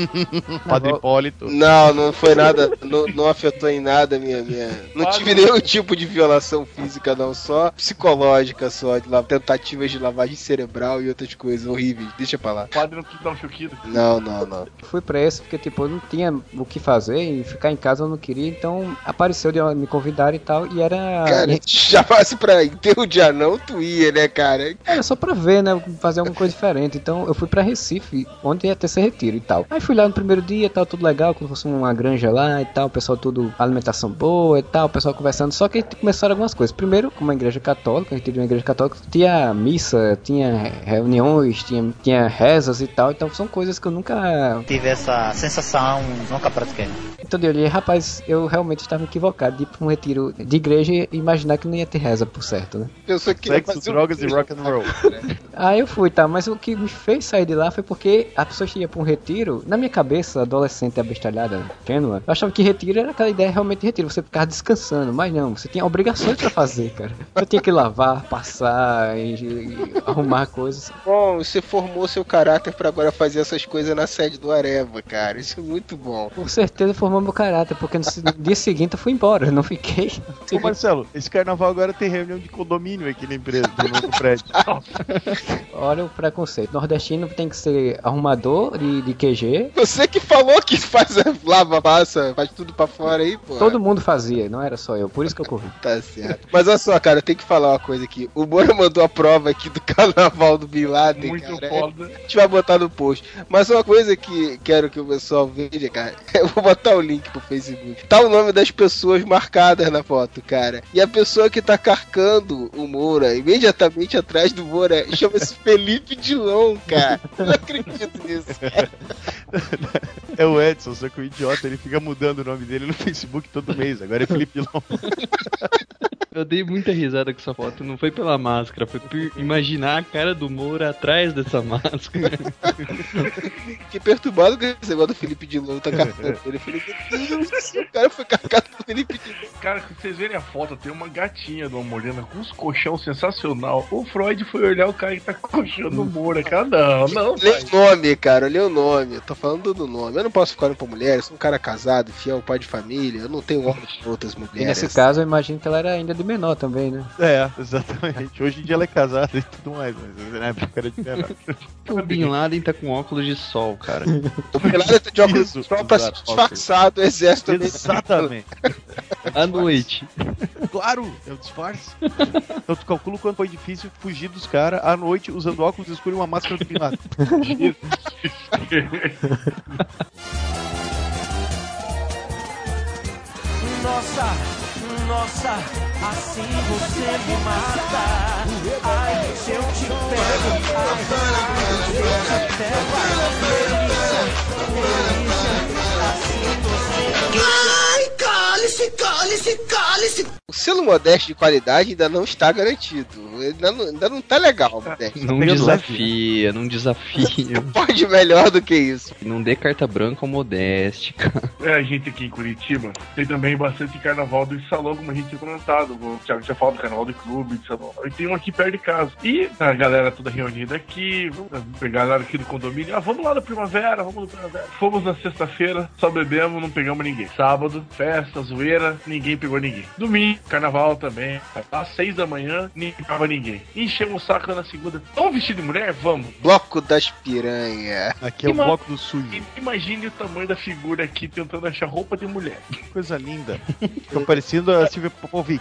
Padre Hipólito. Não, não foi nada. Não, não afetou em nada minha, minha... Não tive nenhum tipo de violação física, não. Só psicológica, só. De la... tentativas de lavagem cerebral e outras coisas horríveis. Deixa pra lá. O padre não quis dar um choquido. Não, não, não. Fui pra esse porque, tipo, eu não tinha o que fazer e ficar em casa eu não queria, então apareceu de me convidar e tal, e era... Cara, já passe pra enterro de anão, tu ia, né, cara? Era só pra ver, né, fazer alguma coisa diferente, então eu fui pra Recife, onde ia ter esse retiro e tal. Aí fui lá no primeiro dia, tal, tudo legal, como fosse uma granja lá e tal, o pessoal tudo, alimentação boa e tal, o pessoal conversando, só que começaram algumas coisas. Primeiro, como uma igreja católica, a gente tinha uma igreja católica, tinha missa, tinha reuniões, tinha, tinha rezas e tal, então são coisas que eu nunca... tive essa sensação, nunca pratiquei. Então eu olhei, rapaz, eu realmente estava equivocado de ir pra um retiro de igreja e imaginar que não ia ter reza por certo, né? Pensou que Sexo, drogas e rock and roll. Aí eu fui, tá, mas o que me fez sair de lá foi porque a pessoa ia pra um retiro, na minha cabeça, adolescente abestalhada, ingênua, eu achava que retiro era aquela ideia realmente de retiro, você ficava descansando, mas não, você tinha obrigações pra fazer, cara. Eu tinha que lavar, passar e, e arrumar coisas. Bom, você formou seu caráter pra agora fazer essas coisas na sede do Areva, cara, isso é muito bom. Com certeza formou meu caráter, porque no dia seguinte eu fui embora, eu não fiquei. Ô Marcelo, esse carnaval agora tem reunião de condomínio aqui na empresa, do novo prédio. Olha o preconceito. Nordestino tem que ser arrumador de, de Q G. Você que falou que faz lava, passa, faz tudo pra fora aí, pô. Todo mundo fazia, não era só eu, por isso que eu corri. Tá certo. Mas olha só, cara, eu tenho que falar uma coisa aqui. O Moura mandou a prova aqui do carnaval do Bin Laden, muito cara. foda. A gente vai botar no post. Mas uma coisa que quero que o pessoal veja, cara, eu vou botar o link pro Facebook. Tá o nome das pessoas marcadas na foto, cara. E a pessoa que tá carcando o Moura, imediatamente atrás do Moura, chama-se Felipe Dilon, cara. Eu não acredito nisso, cara. É o Edson, só que o idiota, ele fica mudando o nome dele no Facebook todo mês. Agora é Felipe Dilon. Eu dei muita risada com essa foto, não foi pela máscara, foi por imaginar a cara do Moura atrás dessa máscara. Fiquei perturbado com esse negócio do Felipe Dilon, tá carcando ele. Falei, meu Deus do céu, o cara foi carcado do Felipe Dilon. Cara, se vocês verem a foto, tem uma gatinha de uma morena com uns colchão sensacional. O Freud foi olhar o cara que tá colchando o Moura, cara. Não, não, Lê o nome, cara, lê o nome. Eu tô falando do nome. Eu não posso ficar pra mulher, eu sou um cara casado, fiel, pai de família. Eu não tenho honra de outras mulheres. E nesse caso, eu imagino que ela era ainda de menor também, né? É, exatamente. Hoje em dia ela é casada e tudo mais, mas na época era de menor. O Bin Laden tá com óculos de sol, cara. O Bin Laden tá de óculos de sol pra se disfarçar do exército. Exatamente. À noite. Claro, é o disfarce. Então tu calcula quanto foi difícil fugir dos caras à noite usando óculos escuros e uma máscara do Bin Laden. Nossa, nossa, assim você me mata. Ai, se eu te pego, ai, ai, se eu te pego, delícia, delícia, assim você me... Ai, cale-se, cale-se, cale-se. selo Modeste de qualidade ainda não está garantido. Ainda não, ainda não tá legal, Modeste. Não desafia, não desafia. Pode melhor do que isso. Não dê carta branca ao Modeste, cara. É, a gente aqui em Curitiba tem também bastante carnaval do salão, como a gente tinha comentado. O Thiago tinha falado do carnaval do clube, de salão. E tem um aqui perto de casa. E a galera toda reunida aqui, vamos pegar a galera aqui do condomínio. Ah, vamos lá no Primavera, vamos no Primavera. Fomos na sexta-feira, só bebemos, não pegamos ninguém. Sábado, festa, zoeira, ninguém pegou ninguém. Domingo, carnaval também. Às seis da manhã, ninguém pegava ninguém. Enchemos o saco na segunda. Vamos vestido de mulher? Vamos. Bloco das piranha. Aqui é Ima- o bloco do sujo. Imagine o tamanho da figura aqui tentando achar roupa de mulher. Coisa linda. Tô parecendo a Silvia Popovic.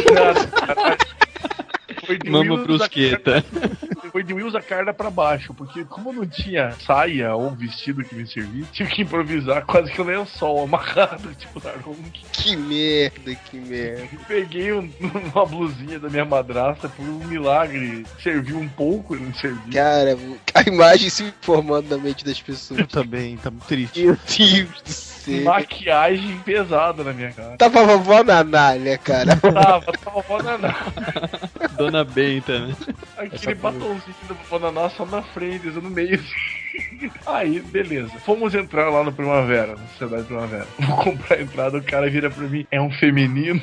Foi de Mama Wills brusqueta. a- Foi de Wills a Carda pra baixo, porque como não tinha saia ou vestido que me servia, tive que improvisar quase que um lençol amarrado, tipo, na ronca. Que merda, que merda. Peguei um- uma blusinha da minha madrasta, por um milagre, serviu um pouco, não serviu. Cara, a imagem se formando na mente das pessoas. Eu também, tá muito triste. Meu Deus do céu. Maquiagem pesada na minha cara. Tava a vovó Naná, né, cara? Tava, tava banana. Dona Benta, né? Aquele batonzinho da banana só na frente, só no meio. Aí, beleza. Fomos entrar lá no Primavera, na Sociedade Primavera. Vou comprar a entrada, o cara vira pra mim, é um feminino.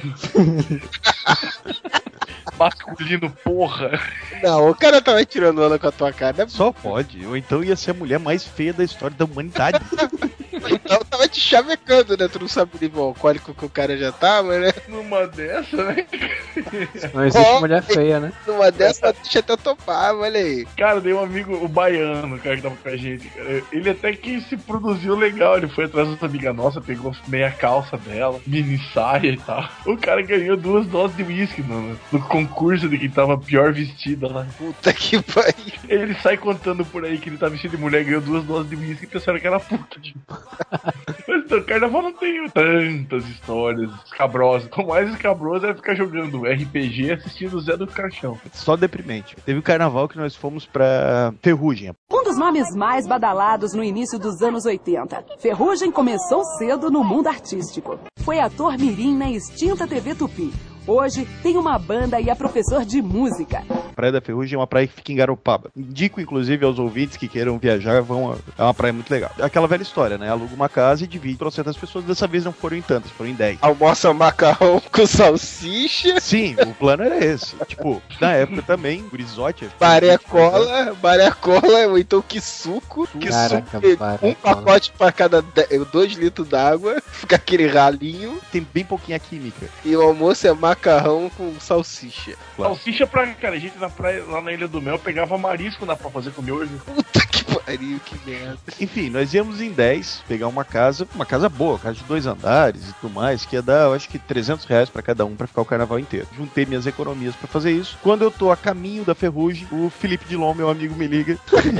Masculino, porra. Não, o cara tava tirando onda com a tua cara. Né? Só pode. Ou então ia ser a mulher mais feia da história da humanidade. Então tava te chavecando, né? Tu não sabe o nível alcoólico que o cara já tava, né? Numa dessa, né? Não existe Ó, mulher feia, né? Numa dessa, deixa até topar, olha aí. Cara, tem um amigo, o baiano, o cara que tava com a gente, cara. Ele até que se produziu legal. Ele foi atrás dessa amiga nossa, pegou meia calça dela, mini saia e tal. O cara ganhou duas doses de uísque no, no concurso de quem tava pior vestida lá. Puta que pariu. Ele sai contando por aí que ele tá vestido de mulher, ganhou duas doses de uísque e pensaram que era puta, tipo. Mas então, carnaval não tem tantas histórias escabrosas. O mais escabroso é ficar jogando R P G assistindo o Zé do Caixão. Só deprimente. Teve o carnaval que nós fomos pra Ferrugem. Um dos nomes mais badalados no início dos anos oitenta. Ferrugem começou cedo no mundo artístico. Foi ator mirim na extinta T V Tupi. Hoje tem uma banda e é professor de música. Praia da Ferrugem é uma praia que fica em Garopaba. Indico, inclusive, aos ouvintes que queiram viajar, vão a... é uma praia muito legal. Aquela velha história, né? Aluga uma casa e divide trocentas pessoas. Dessa vez não foram em tantas, foram em dez. Almoça macarrão com salsicha. Sim, o plano era esse. Tipo, na época também, gurizote. Baré cola, baré cola, ou então que suco. Que Caraca, suco, baré um cola. pacote pra cada dois litros d'água. Fica aquele ralinho. Tem bem pouquinha química. E o almoço é macarrão com salsicha. Claro. Salsicha pra, cara, a gente na praia, lá na Ilha do Mel, pegava marisco na pra fazer com miojo. Puta que pariu, que merda. Enfim, nós íamos em dez pegar uma casa, uma casa boa, casa de dois andares e tudo mais, que ia dar, eu acho que trezentos reais pra cada um pra ficar o carnaval inteiro. Juntei minhas economias pra fazer isso. Quando eu tô a caminho da Ferrugem, o Felipe Dilon, meu amigo, me liga.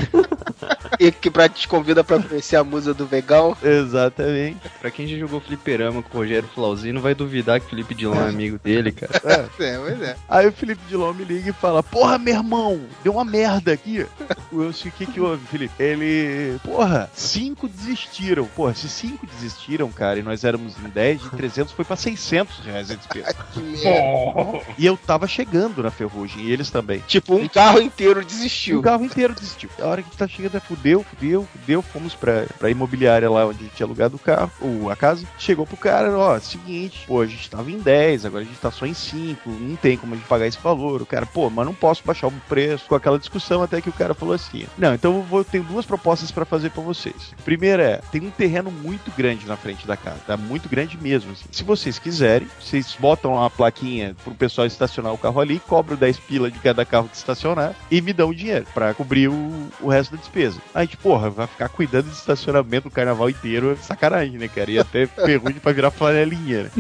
E que pra te convida pra conhecer a musa do Vegão. Exatamente. Pra quem já jogou fliperama com o Rogério Flauzino, vai duvidar que o Felipe Dilon é amigo dele, cara. É, mas é. Aí o Felipe Dilon me liga e fala: porra, meu irmão, deu uma merda aqui. Eu sei o que que houve, Felipe. Ele, porra, cinco desistiram. Porra, se cinco desistiram, cara, e nós éramos em dez, de trezentos foi pra seiscentos reais a despesa. Que merda. E eu tava chegando na Ferrugem, e eles também. Tipo, um carro inteiro desistiu. O carro inteiro desistiu. A hora que a gente tá chegando é fudeu, fudeu, fudeu. Fomos pra, pra imobiliária lá onde a gente tinha alugado o carro, ou a casa. Chegou pro cara, ó, seguinte, pô, a gente tava em dez, agora a gente tá só em cinco, não tem como a gente pagar esse valor. O cara, pô, mas não posso baixar o preço. Com aquela discussão até que o cara falou assim: não, então eu vou, tenho duas propostas pra fazer pra vocês. Primeira é, tem um terreno muito grande na frente da casa, tá? Muito grande mesmo, assim. Se vocês quiserem, vocês botam lá uma plaquinha pro pessoal estacionar o carro ali, cobram dez pila de cada carro que estacionar e me dão o dinheiro pra cobrir o, o resto da despesa. Aí a gente, porra, vai ficar cuidando de estacionamento o carnaval inteiro, é sacanagem, né, cara? E até ferrugem pra virar flanelinha, né?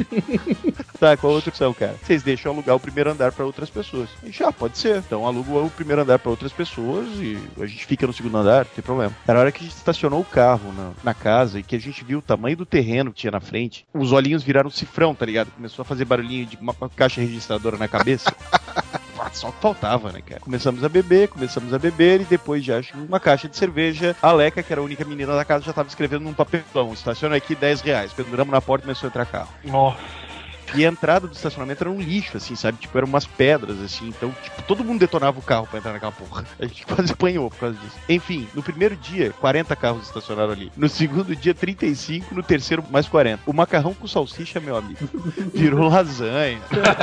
Tá, qual a outra opção, cara? Vocês deixam alugar o primeiro andar pra outras pessoas. E já, pode ser. Então aluga o primeiro andar pra outras pessoas e a gente fica no segundo andar, não tem problema. Era a hora que a gente estacionou o carro na, na casa e que a gente viu o tamanho do terreno que tinha na frente. Os olhinhos viraram cifrão, tá ligado? Começou a fazer barulhinho de uma caixa registradora na cabeça. Só que faltava, né, cara? Começamos a beber, começamos a beber e depois já acho uma caixa de cerveja. A Leca, que era a única menina da casa, já tava escrevendo num papelão: estaciona aqui dez reais. Penduramos na porta e começou a entrar carro. Nossa. E a entrada do estacionamento era um lixo, assim, sabe? Tipo, eram umas pedras, assim. Então, tipo, todo mundo detonava o carro pra entrar naquela porra. A gente quase apanhou por causa disso. Enfim, no primeiro dia, quarenta carros estacionaram ali. No segundo dia, trinta e cinco. No terceiro, mais quarenta. O macarrão com salsicha, meu amigo, virou lasanha.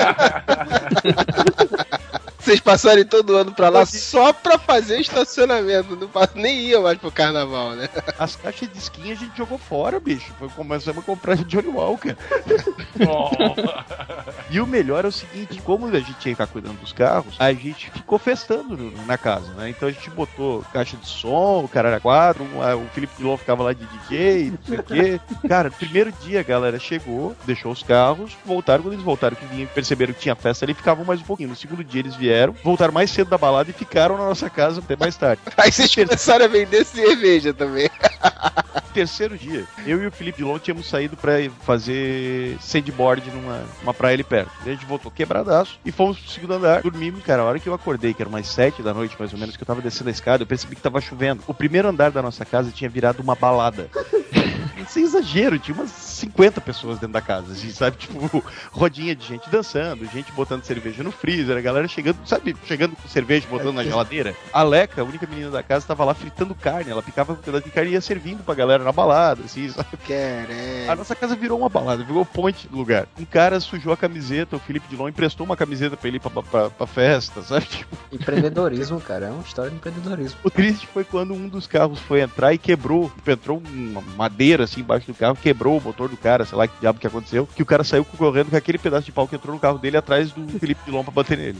Vocês passarem todo ano pra lá só pra fazer estacionamento. Não, nem ia mais pro carnaval, né? As caixas de skin a gente jogou fora, bicho. Foi, começamos a comprar de Johnny Walker. Oh. E o melhor é o seguinte, como a gente ia ficar cuidando dos carros, a gente ficou festando no, na casa, né? Então a gente botou caixa de som, o cara era quatro, o Felipe Dilon ficava lá de D J, não sei o quê. Cara, no primeiro dia a galera chegou, deixou os carros, voltaram. Quando eles voltaram que vinham, perceberam que tinha festa ali, ficavam mais um pouquinho. No segundo dia eles vieram, voltaram mais cedo da balada e ficaram na nossa casa até mais tarde. Aí vocês começaram a vender cerveja também. Terceiro dia, eu e o Felipe Dilon tínhamos saído pra fazer sandboard numa uma praia ali perto. E a gente voltou quebradaço e fomos pro segundo andar, dormimos. Cara, a hora que eu acordei, que era umas sete da noite mais ou menos, que eu tava descendo a escada, eu percebi que tava chovendo. O primeiro andar da nossa casa tinha virado uma balada. Sem exagero, tinha umas cinquenta pessoas dentro da casa, assim, sabe? Tipo, rodinha de gente dançando, gente botando cerveja no freezer, a galera chegando, sabe? Chegando com cerveja, botando na geladeira. A Leca, a única menina da casa, tava lá fritando carne. Ela picava um pedaço de carne e ia servindo pra galera na balada, assim, sabe? Caramba. A nossa casa virou uma balada, virou ponte do lugar. Um cara sujou a camiseta, o Felipe Dilon emprestou uma camiseta pra ele ir pra, pra, pra festa, sabe? Tipo... Empreendedorismo, cara, é uma história de empreendedorismo. O triste foi quando um dos carros foi entrar e quebrou, entrou uma madeira assim embaixo do carro, quebrou o motor do cara, sei lá que diabo que aconteceu, que o cara saiu correndo com aquele pedaço de pau que entrou no carro dele atrás do Felipe Dilon pra bater nele.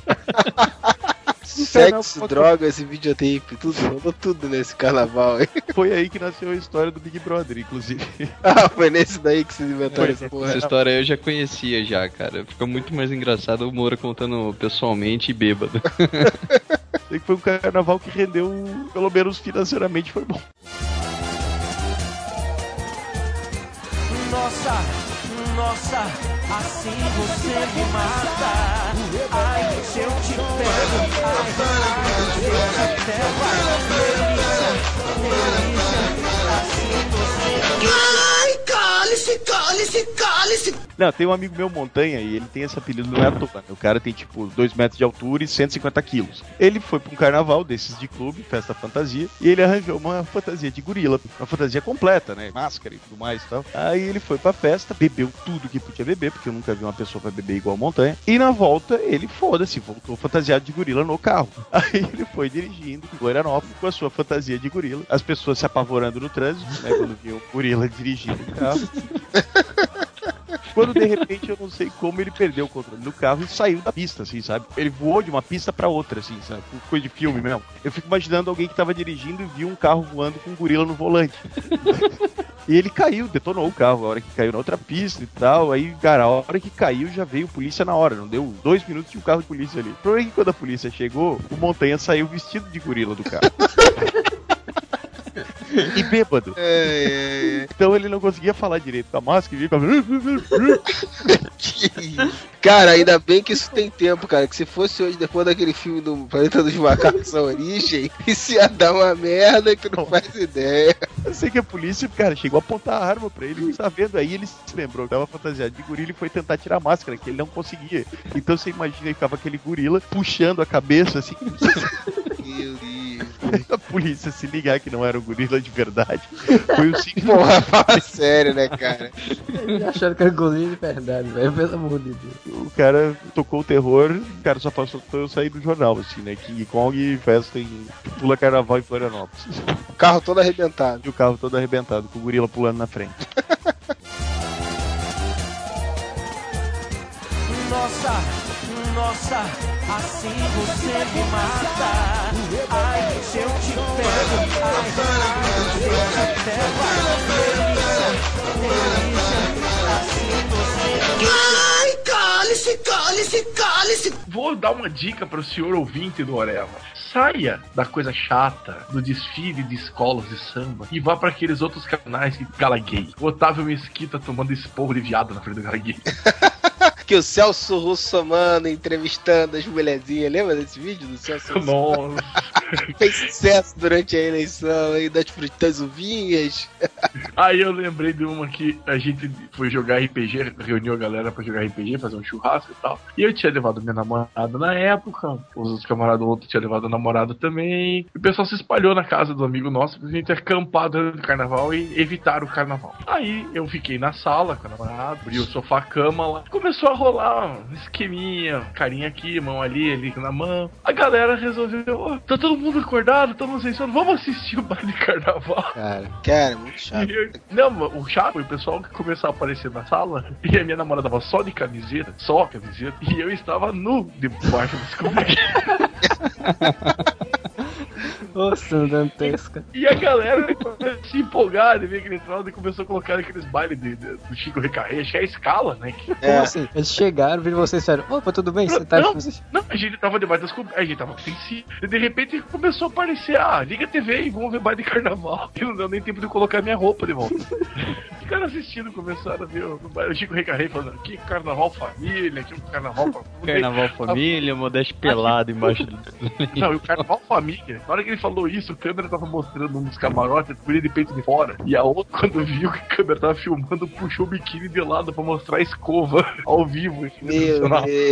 Sexo, drogas e videotape, tudo, rolou tudo nesse carnaval aí. Foi aí que nasceu a história do Big Brother, inclusive. Ah, foi nesse daí que vocês inventaram essa porra. Essa história eu já conhecia já, cara. Fica muito mais engraçado o Moura contando pessoalmente e bêbado. Foi um carnaval que rendeu, pelo menos financeiramente, foi bom. Nossa, nossa, assim você me mata. Ai, se eu te pego, ai, se eu te pego, ai, delícia, delícia, assim você me mata. Ai, cale-se, cale-se, cale-se. Não, tem um amigo meu, Montanha, e ele tem esse apelido, não é à toa, né? O cara tem tipo dois metros de altura e cento e cinquenta quilos. Ele foi pra um carnaval desses de clube, festa fantasia, e ele arranjou uma fantasia de gorila, uma fantasia completa, né? Máscara e tudo mais e tal. Aí ele foi pra festa, bebeu tudo que podia beber, porque eu nunca vi uma pessoa pra beber igual Montanha. E na volta, ele, foda-se, voltou fantasiado de gorila no carro. Aí ele foi dirigindo em Florianópolis com a sua fantasia de gorila. As pessoas se apavorando no trânsito, né? Quando viam o gorila dirigindo o carro. Quando de repente eu não sei como ele perdeu o controle do carro e saiu da pista, assim, sabe? Ele voou de uma pista pra outra, assim, sabe? Coisa de filme mesmo. Eu fico imaginando alguém que tava dirigindo e viu um carro voando com um gorila no volante. E ele caiu, detonou o carro, a hora que caiu na outra pista e tal. Aí, cara, a hora que caiu já veio polícia na hora. Não deu dois minutos de um carro de polícia ali. O problema é que quando a polícia chegou, o Montanha saiu vestido de gorila do carro. E bêbado. É, é, é. Então ele não conseguia falar direito com a máscara e ficava... Cara, ainda bem que isso tem tempo, cara. Que se fosse hoje, depois daquele filme do Planeta dos Macacos, A Origem, isso ia dar uma merda que tu não faz ideia. Eu sei que a polícia, cara, chegou a apontar a arma pra ele. Ele tá vendo aí, ele se lembrou que tava fantasiado de gorila e foi tentar tirar a máscara, que ele não conseguia. Então você imagina, ficava aquele gorila puxando a cabeça, assim... Meu Deus. A polícia se ligar que não era um gorila de verdade. Foi o simples. Porra, fala sério, né, cara? Eles acharam que era gorila de verdade, velho. Pelo amor de Deus. O cara tocou o terror, o cara só passou pra eu sair do jornal, assim, né? King Kong festa em Pula Carnaval em Florianópolis. O carro todo arrebentado. E o carro todo arrebentado, com o gorila pulando na frente. Nossa, nossa, assim você me mata. Ai, se eu te pego, ai, ai, se eu te pego, ai, delícia, delícia, assim você me mata. Ai, cale-se, cale-se, cale-se. Vou dar uma dica para o senhor ouvinte do Oreva. Saia da coisa chata, do desfile de escolas de samba e vá para aqueles outros canais de gala gay. O Otávio Mesquita tomando esporro de viado na frente do gala gay. Que o Celso Russomano entrevistando as mulherzinhas. Lembra desse vídeo do Celso Russomano? Nossa. Fez sucesso durante a eleição aí das frutas uvinhas. Aí eu lembrei de uma que a gente foi jogar R P G, reuniu a galera pra jogar R P G, fazer um churrasco e tal. E eu tinha levado minha namorada na época, os outros camaradas outros tinham levado a namorada também. E o pessoal se espalhou na casa do amigo nosso pra gente acampar durante o carnaval e evitar o carnaval. Aí eu fiquei na sala com a namorada, abri o sofá-cama lá. Começou a rolar um esqueminha, carinha aqui, mão ali, ali na mão. A galera resolveu, oh, tá todo mundo acordado, estamos sem sono, vamos assistir o baile de carnaval. Cara, cara, muito chato. Eu, não, o chato foi o pessoal que começou a aparecer na sala e a minha namorada tava só de camiseta, só camiseta, e eu estava nu debaixo dos cobertos. Nossa, dantesca. E a galera se empolgar de ver aquele troço e começou a colocar aqueles bailes de, de, do Chico Recarré, acho que é a escala, né? Que... Como é. assim? Eles chegaram, viram vocês e disseram, opa, tudo bem? Você tá... Não, não, a gente tava debaixo das cobertas, a gente tava em si, e de repente começou a aparecer, ah, liga a T V e vamos ver baile de carnaval. E não deu nem tempo de colocar minha roupa de volta. Ficaram assistindo, começaram a ver o, o Chico Recarré falando, que carnaval família, que carnaval família. Carnaval família, a... Modeste pelado embaixo do... Não, e o carnaval família, na hora que ele falou isso, a câmera tava mostrando um dos camarotes, guria de peito de fora, e a outra, quando viu que a câmera tava filmando, puxou o biquíni de lado pra mostrar a escova ao vivo. Meu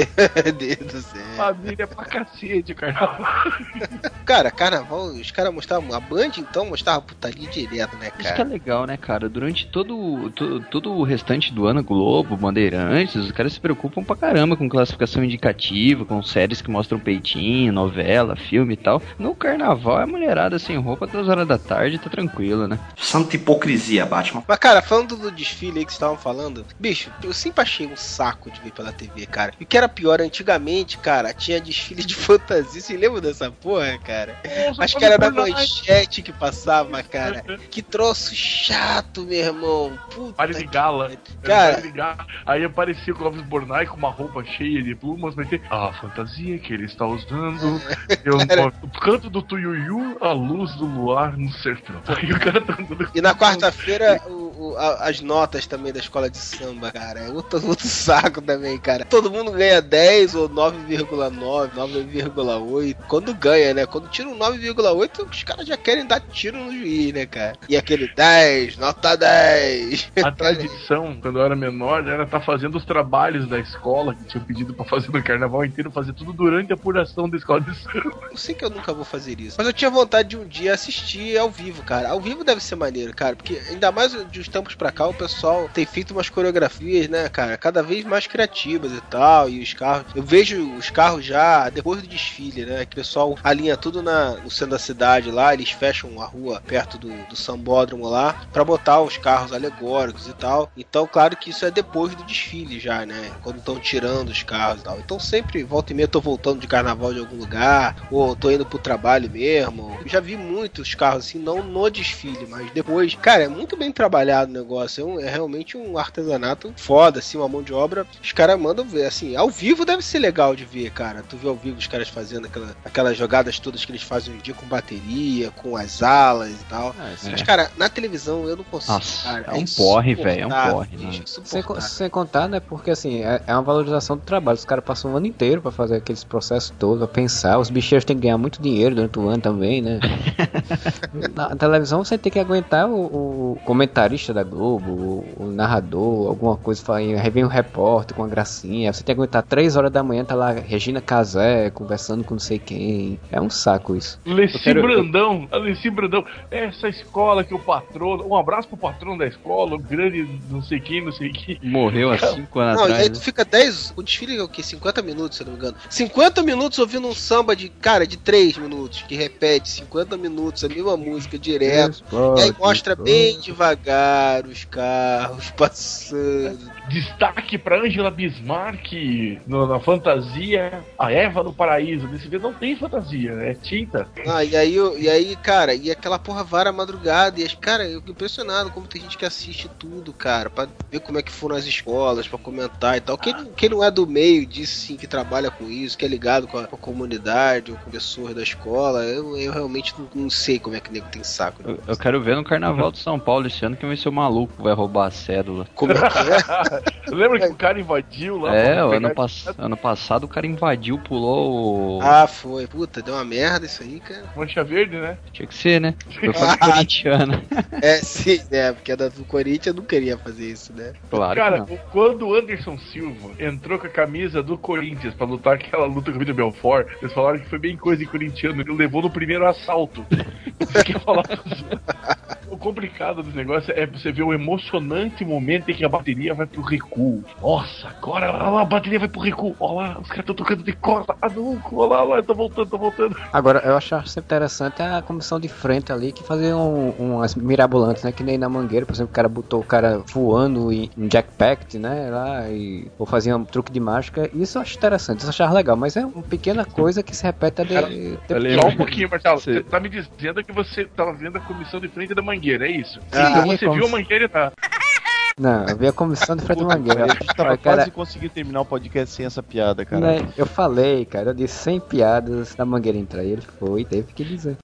Deus do céu. Família pra cacete, carnaval. Cara, carnaval, os caras mostravam, a Band então mostrava putaria direto, né, cara? Isso que é legal, né, cara? Durante todo, todo, todo o restante do ano, Globo, Bandeirantes, os caras se preocupam pra caramba com classificação indicativa, com séries que mostram peitinho, novela, filme e tal. No carnaval, a mulherada sem roupa, duas horas da tarde, tá tranquilo, né? Santa hipocrisia, Batman. Mas, cara, falando do desfile aí que vocês estavam falando, bicho, eu sempre achei um saco de ver pela T V, cara. E o que era pior, antigamente, cara, tinha desfile de fantasia. Você lembra dessa porra, cara? Nossa, acho que era da Manchete que passava, cara. Que troço chato, meu irmão. Puta Baile de gala. Cara, de gala. Aí aparecia o Clóvis Bornai com uma roupa cheia de plumas, vai ter a fantasia que ele está usando. Eu, o canto do Tuiuiu, a luz do luar no sertão. Aí o cara tá andando. E na quarta-feira, o, o, a, as notas também da escola de samba, cara. É outro, outro saco também, cara. Todo mundo ganha dez ou nove vírgula nove, nove vírgula oito. Quando ganha, né? Quando tira um nove vírgula oito, os caras já querem dar tiro no juiz, né, cara? E aquele dez, nota dez. A tradição, quando eu era menor, era estar tá fazendo os trabalhos da escola que tinham pedido pra fazer no carnaval inteiro, fazer tudo durante a apuração da escola de samba. Eu sei que eu nunca vou fazer isso, mas eu tinha vontade de um dia assistir ao vivo, cara. Ao vivo deve ser maneiro, cara, porque ainda mais de uns tempos pra cá, o pessoal tem feito umas coreografias, né, cara, cada vez mais criativas e tal, e os carros, eu vejo os carros já depois do desfile, né, que o pessoal alinha tudo na, no centro da cidade lá, eles fecham a rua perto do, do sambódromo lá, pra botar os carros alegóricos e tal. Então, claro que isso é depois do desfile já, né, quando estão tirando os carros e tal. Então sempre, volta e meia, eu tô voltando de carnaval de algum lugar, ou tô indo pro trabalho mesmo. Eu já vi muitos carros assim, não no desfile, mas depois. Cara, é muito bem trabalhado o negócio. É, um, é realmente um artesanato foda, assim, uma mão de obra. Os caras mandam ver, assim, ao vivo deve ser legal de ver, cara. Tu vê ao vivo os caras fazendo aquela, aquelas jogadas todas que eles fazem hoje em dia com bateria, com as alas e tal. Ah, mas, é. cara, na televisão eu não consigo. Nossa, cara, é um porre, velho. É um porre. Né? Sem, sem contar, né? Porque assim, é, é uma valorização do trabalho. Os caras passam o ano inteiro pra fazer aqueles processos todos, a pensar. Os bicheiros têm que ganhar muito dinheiro durante o ano também, né? Na televisão você tem que aguentar o, o comentarista da Globo, o, o narrador, alguma coisa, aí vem um repórter com uma gracinha. Você tem que aguentar três horas da manhã, tá lá Regina Casé conversando com não sei quem. É um saco isso. Leci quero... Brandão, a Leci Brandão, essa escola que o patrono, um abraço pro patrono da escola, o grande não sei quem, não sei quem. Morreu há cinco anos não, atrás. E aí tu fica dez, o desfile é o quê? cinquenta minutos, se eu não me engano. cinquenta minutos ouvindo um samba de, cara, de três minutos, que repete cinquenta minutos, a mesma música direto. Yes, e aí mostra bem devagar os carros passando. Destaque pra Angela Bismarck no, na fantasia, a Eva no Paraíso. Desse vez não tem fantasia, é tinta. Ah, e aí, e aí, cara, e aquela porra vara madrugada. E as, cara, eu fico impressionado como tem gente que assiste tudo, cara, pra ver como é que foram as escolas, pra comentar e tal. Quem, quem não é do meio disso, sim, que trabalha com isso, que é ligado com a, com a comunidade ou com pessoas da escola, eu, eu realmente não, não sei como é que o nego tem saco. Eu, eu quero ver no Carnaval de São Paulo esse ano que vai ser o maluco que vai roubar a cédula. Como é que é? Lembra que o cara invadiu lá? É, pra o pegar- ano, pass... ano passado o cara invadiu, pulou o... Ah, foi. Puta, deu uma merda isso aí, cara. Mancha Verde, né? Tinha que ser, né? Foi contra o corintiano. É, sim, é, porque a da do Corinthians não queria fazer isso, né? Claro Cara, que não. o- quando o Anderson Silva entrou com a camisa do Corinthians pra lutar aquela luta com o Vitor Belfort, eles falaram que foi bem coisa de corintiano, ele levou no primeiro assalto. Fiquei falando. O complicado do negócio é você ver o emocionante momento em que a bateria vai pro recuo. Nossa, agora olha lá, a bateria vai pro recuo. Olha lá, os caras estão tocando de corda. Ah, não, olha lá, olha lá, tô voltando, tô voltando. Agora, eu achava sempre interessante a comissão de frente ali, que fazia um, umas mirabolantes, né? Que nem na Mangueira, por exemplo, o cara botou o cara voando em, em jackpack, né? Lá, e, ou fazia um truque de mágica. Isso eu acho interessante, isso eu achava legal, mas é uma pequena coisa que se repete de, Cara, de, Só um pouquinho, Marcelo. Você tá me dizendo que você tava vendo a comissão de frente da Mangueira, é isso? Ah, então você como- viu a Mangueira e tá. Não, eu vi a comissão de frente da Mangueira. A gente tava Cara, quase conseguindo terminar o podcast sem essa piada, cara. né, eu falei, cara, eu disse cem piadas da Mangueira entrar. E ele foi, teve que dizer.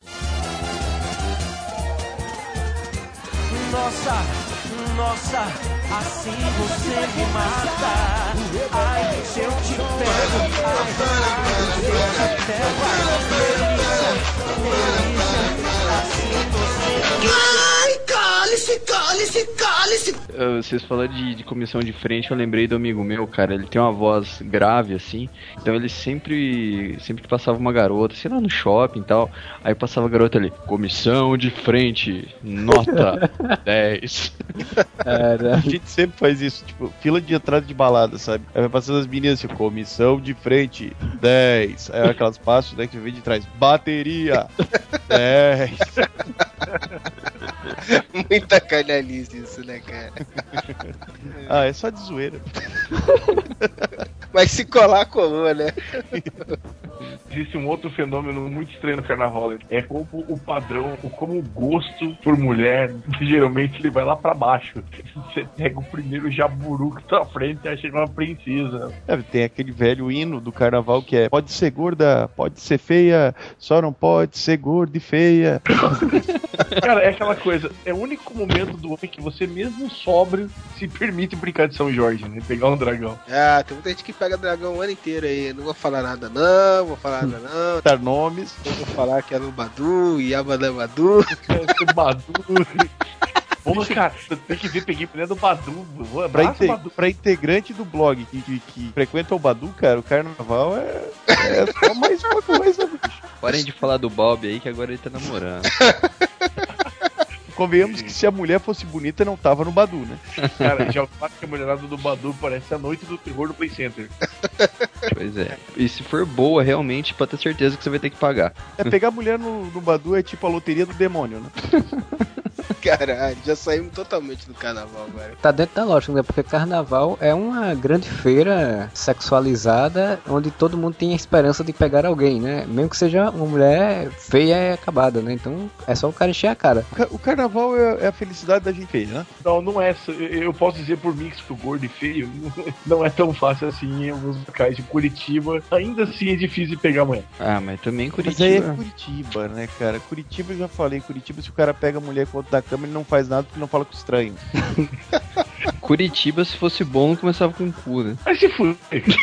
Nossa, nossa, assim você me mata. Ai, se eu te pego, ai, ai, se eu te pego, ai, delícia, delícia, assim você me mata. Ai, cale-se, cale-se, cale-se. Uh, Vocês falando de, de comissão de frente, eu lembrei do amigo meu, cara. Ele tem uma voz grave, assim. Então ele sempre, sempre que passava uma garota, sei lá, no shopping e tal, aí passava a garota ali, comissão de frente, nota dez. A gente sempre faz isso, tipo, fila de entrada de balada, sabe? Aí vai passando as meninas assim, comissão de frente, dez. Aí aquelas passam, né, que vem de trás, bateria, dez. Muita canalice isso, né, cara? Ah, é só de zoeira. Mas se colar, colou, né? Existe um outro fenômeno muito estranho no carnaval. É como o padrão, ou como o gosto por mulher, geralmente ele vai lá pra baixo. Você pega o primeiro jaburu que tá à frente e acha que é uma princesa. É, tem aquele velho hino do carnaval que é pode ser gorda, pode ser feia, só não pode ser gorda e feia. Cara, é aquela coisa, é o único momento do homem que você mesmo sóbrio se permite brincar de São Jorge, né? Pegar um dragão. Ah, tem muita gente que pega dragão o ano inteiro aí. Não vou falar nada não, vou falar nada não. Dar nomes. Eu vou falar que é no Badu, Yabadã Badu. Badu. Porra, cara, tem que ver, peguei mulher do Badu. Pra, Abraço, inte- Badu. pra integrante do blog que, que, que frequenta o Badu, cara, o carnaval é, é só mais uma coisa, bicho. Parem de falar do Bob aí, que agora ele tá namorando. Convenhamos que se a mulher fosse bonita, não tava no Badu, né? Cara, já o fato que a mulherada do Badu parece a noite do terror do Play Center. Pois é. E se for boa, realmente, pode ter certeza que você vai ter que pagar. É, pegar mulher no, no Badu é tipo a loteria do demônio, né? Caralho, já saímos totalmente do carnaval agora. Tá dentro da lógica, né? Porque carnaval é uma grande feira sexualizada onde todo mundo tem a esperança de pegar alguém, né? Mesmo que seja uma mulher feia e acabada, né? Então é só o cara encher a cara. O, ca- o carnaval é, é a felicidade da gente feia, né? Não, não é. Eu posso dizer por mim que sou gordo e feio, não é tão fácil assim em alguns locais de Curitiba. Ainda assim é difícil de pegar mulher. Ah, mas também Mas aí é Curitiba. Curitiba, né, cara? Curitiba, eu já falei, Curitiba, se o cara pega a mulher com outro da cama, ele não faz nada porque não fala com estranho. Curitiba, se fosse bom, não começava com cu, né? Mas se for.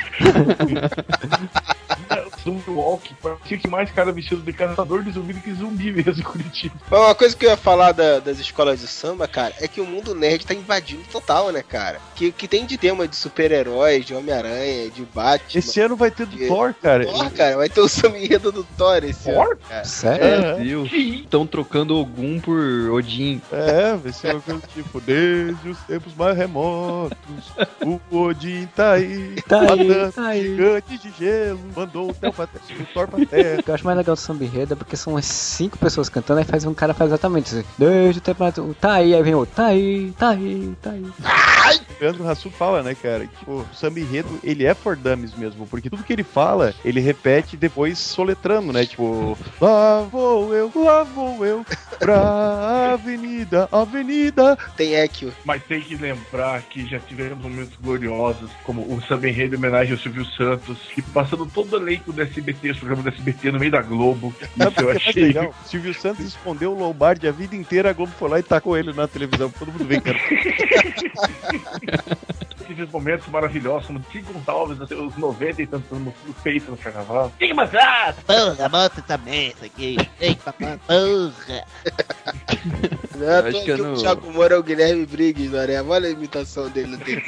Zumbi Walk, parecia que mais cara vestido de caçador de zumbi do que zumbi mesmo em Curitiba. Mas uma coisa que eu ia falar da- das escolas de samba, cara, é que o mundo nerd tá invadindo total, né, cara? Que, que tem de tema de super-heróis, de Homem-Aranha, de Batman. Esse ano vai ter do Thor, cara. Thor, cara, vai ter o samba enredo do Thor esse Thor? ano. Cara. Sério? Meu Deus. Estão trocando Ogum por Odin. É, vai ser uma coisa tipo, desde os tempos mais remotos, o Odin tá aí, Tá aí, matando tá aí. gigantes de gelo, mandou o, Thor pra terra, o Thor pra terra. O que eu acho mais legal do samba enredo é porque são umas cinco pessoas cantando, aí faz um cara faz exatamente isso. Desde o tempo mais- tá aí, aí vem o tá aí, tá aí, tá aí. O Leandro Hassum fala, né, cara, que tipo, o samba enredo, ele é for dummies mesmo, porque tudo que ele fala, ele repete depois soletrando, né, tipo, lá vou eu, lá vou eu, pra avenida, avenida. Tem Ekio. Mas tem que lembrar que já tivemos momentos gloriosos, como o samba enredo em homenagem ao Silvio Santos, e passando todo o elenco do S B T, os programas do S B T no meio da Globo. Sabe Isso o eu que é mais achei. legal? Silvio Santos escondeu o Lombardi a vida inteira, a Globo foi lá e tacou ele na televisão, todo mundo vê, cara. aqueles momentos maravilhosos, como Tico Gonçalves, nos seus noventa e tantos anos no peito no carnaval. Diga mais nada! Porra, bota também isso aqui. Ei, papai, porra. Não é à toa que no... o Thiago Moura é o Guilherme Briggs, Maré. Olha a imitação dele. dele.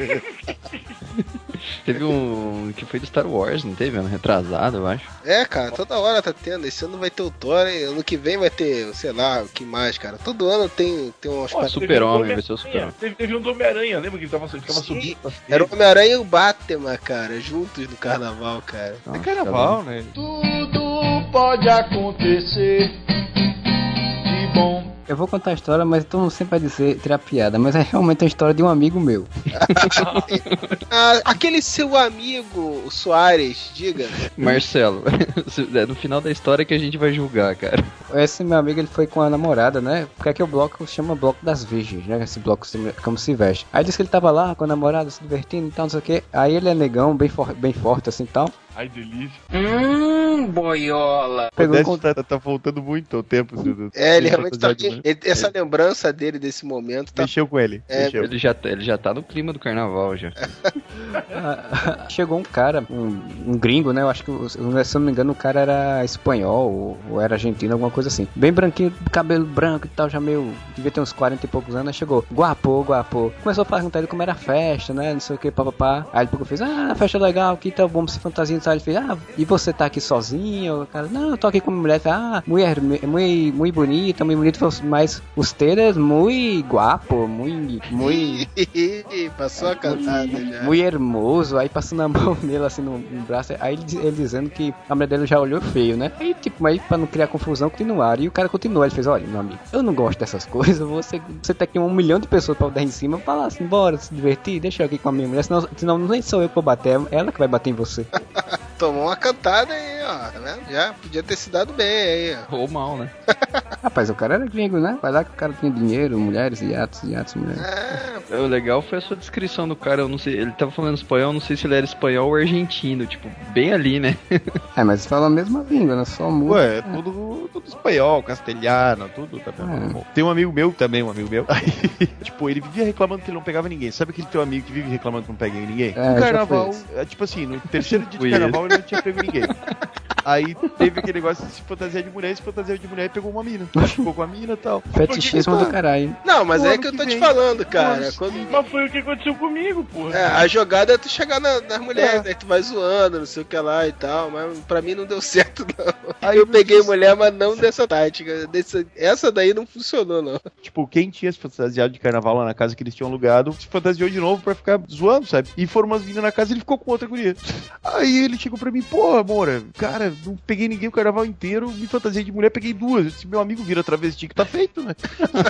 Teve um que foi do Star Wars, não teve? Ano retrasado, eu acho. É, cara, toda hora tá tendo. Esse ano vai ter o Thor, hein? Ano que vem vai ter, sei lá, o que mais, cara. Todo ano tem, tem umas oh, Super-Homem, vai ser o Super-Homem. Teve, teve um do Homem-Aranha, lembra que ele tava, ele tava subindo? Assim. Era o Homem-Aranha e o Batman, cara, juntos no carnaval, cara. É carnaval, né? Tudo pode acontecer de bom. Eu vou contar a história, mas todo mundo sempre vai dizer, tirar piada, mas é realmente a história de um amigo meu. ah, aquele seu amigo, o Soares, diga. Marcelo, é no final da história que a gente vai julgar, cara. Esse meu amigo, ele foi com a namorada, né? Porque aqui o bloco chama Bloco das Virgens, né? Esse bloco como se veste. Aí disse que ele tava lá com a namorada, se divertindo e tal, não sei o que. Aí ele é negão, bem, for bem forte assim e tal. Ai, delícia. Hum, boiola. Pegou com... tá, tá voltando muito o tempo. Do, é, ele realmente tá... Ele, essa é. lembrança dele desse momento tá... Mexeu com ele. É, Mexeu. Ele, já, ele já tá no clima do carnaval, já. Chegou um cara, um, um gringo, né? Eu acho que, se eu não me engano, o cara era espanhol ou, ou era argentino, alguma coisa assim. Bem branquinho, cabelo branco e tal, já meio... Devia ter uns quarenta e poucos anos. Aí chegou, guapo, guapo. Começou a perguntar ele como era a festa, né? Não sei o que, papapá. Aí ele fez, ah, festa legal, que tal, vamos se fantasiar. Aí ele fez, ah, e você tá aqui sozinho? O cara, não, eu tô aqui com uma mulher. Ele fez, ah, mulher, muito, muito bonita, muito bonita, mas ustedes muito guapo, muito, muito... Passou a cantada já. Muito hermoso. Aí passando a mão nele assim no, no braço. Aí ele, ele dizendo que a mulher dele já olhou feio, né? Aí tipo, aí pra não criar confusão, continuaram. E o cara continuou. Ele fez, olha, meu amigo, eu não gosto dessas coisas. Você, você tem aqui um milhão de pessoas pra dar em cima. Falar assim, bora se divertir, deixa eu aqui com a minha mulher. Senão, senão nem sou eu que vou bater, é ela que vai bater em você. Tomou uma cantada aí, ó, tá vendo? Já podia ter se dado bem aí, ó. Ou mal, né? Rapaz, o cara era gringo, né? Vai lá que o cara tinha dinheiro, mulheres, iates, iates, mulheres. É, o legal foi a sua descrição do cara, eu não sei, ele tava falando espanhol, não sei se ele era espanhol ou argentino, tipo, bem ali, né? É, mas fala a mesma língua, né? Só muda. Ué, é tudo, tudo espanhol, castelhano, tudo tá bem. É. Tem um amigo meu também, um amigo meu. Aí, tipo, ele vivia reclamando que ele não pegava ninguém. Sabe aquele teu amigo que vive reclamando que não pega ninguém? É, no carnaval, é, tipo assim, no terceiro dia de carnaval ele não tinha pego ninguém. Aí teve aquele negócio de se fantasiar de mulher, se fantasiar de mulher e pegou uma mina. Ficou com a mina e tal. Fetichismo do caralho. Não, mas é que eu tô te falando, cara. Quando... Mas foi o que aconteceu comigo, porra. É, a jogada é tu chegar na, nas mulheres, é. Né? Tu vai zoando, não sei o que lá e tal, mas pra mim não deu certo, não. Aí eu peguei mulher, mas não dessa tática. Dessa... Essa daí não funcionou, não. Tipo, quem tinha se fantasiado de carnaval lá na casa que eles tinham alugado, se fantasiou de novo pra ficar zoando, sabe? E foram umas meninas na casa e ele ficou com outra guria. Aí ele chegou pra mim, pô, amor, cara, não peguei ninguém o carnaval inteiro, me fantasiei de mulher, peguei duas. Se meu amigo vira travesti, que tá feito, né?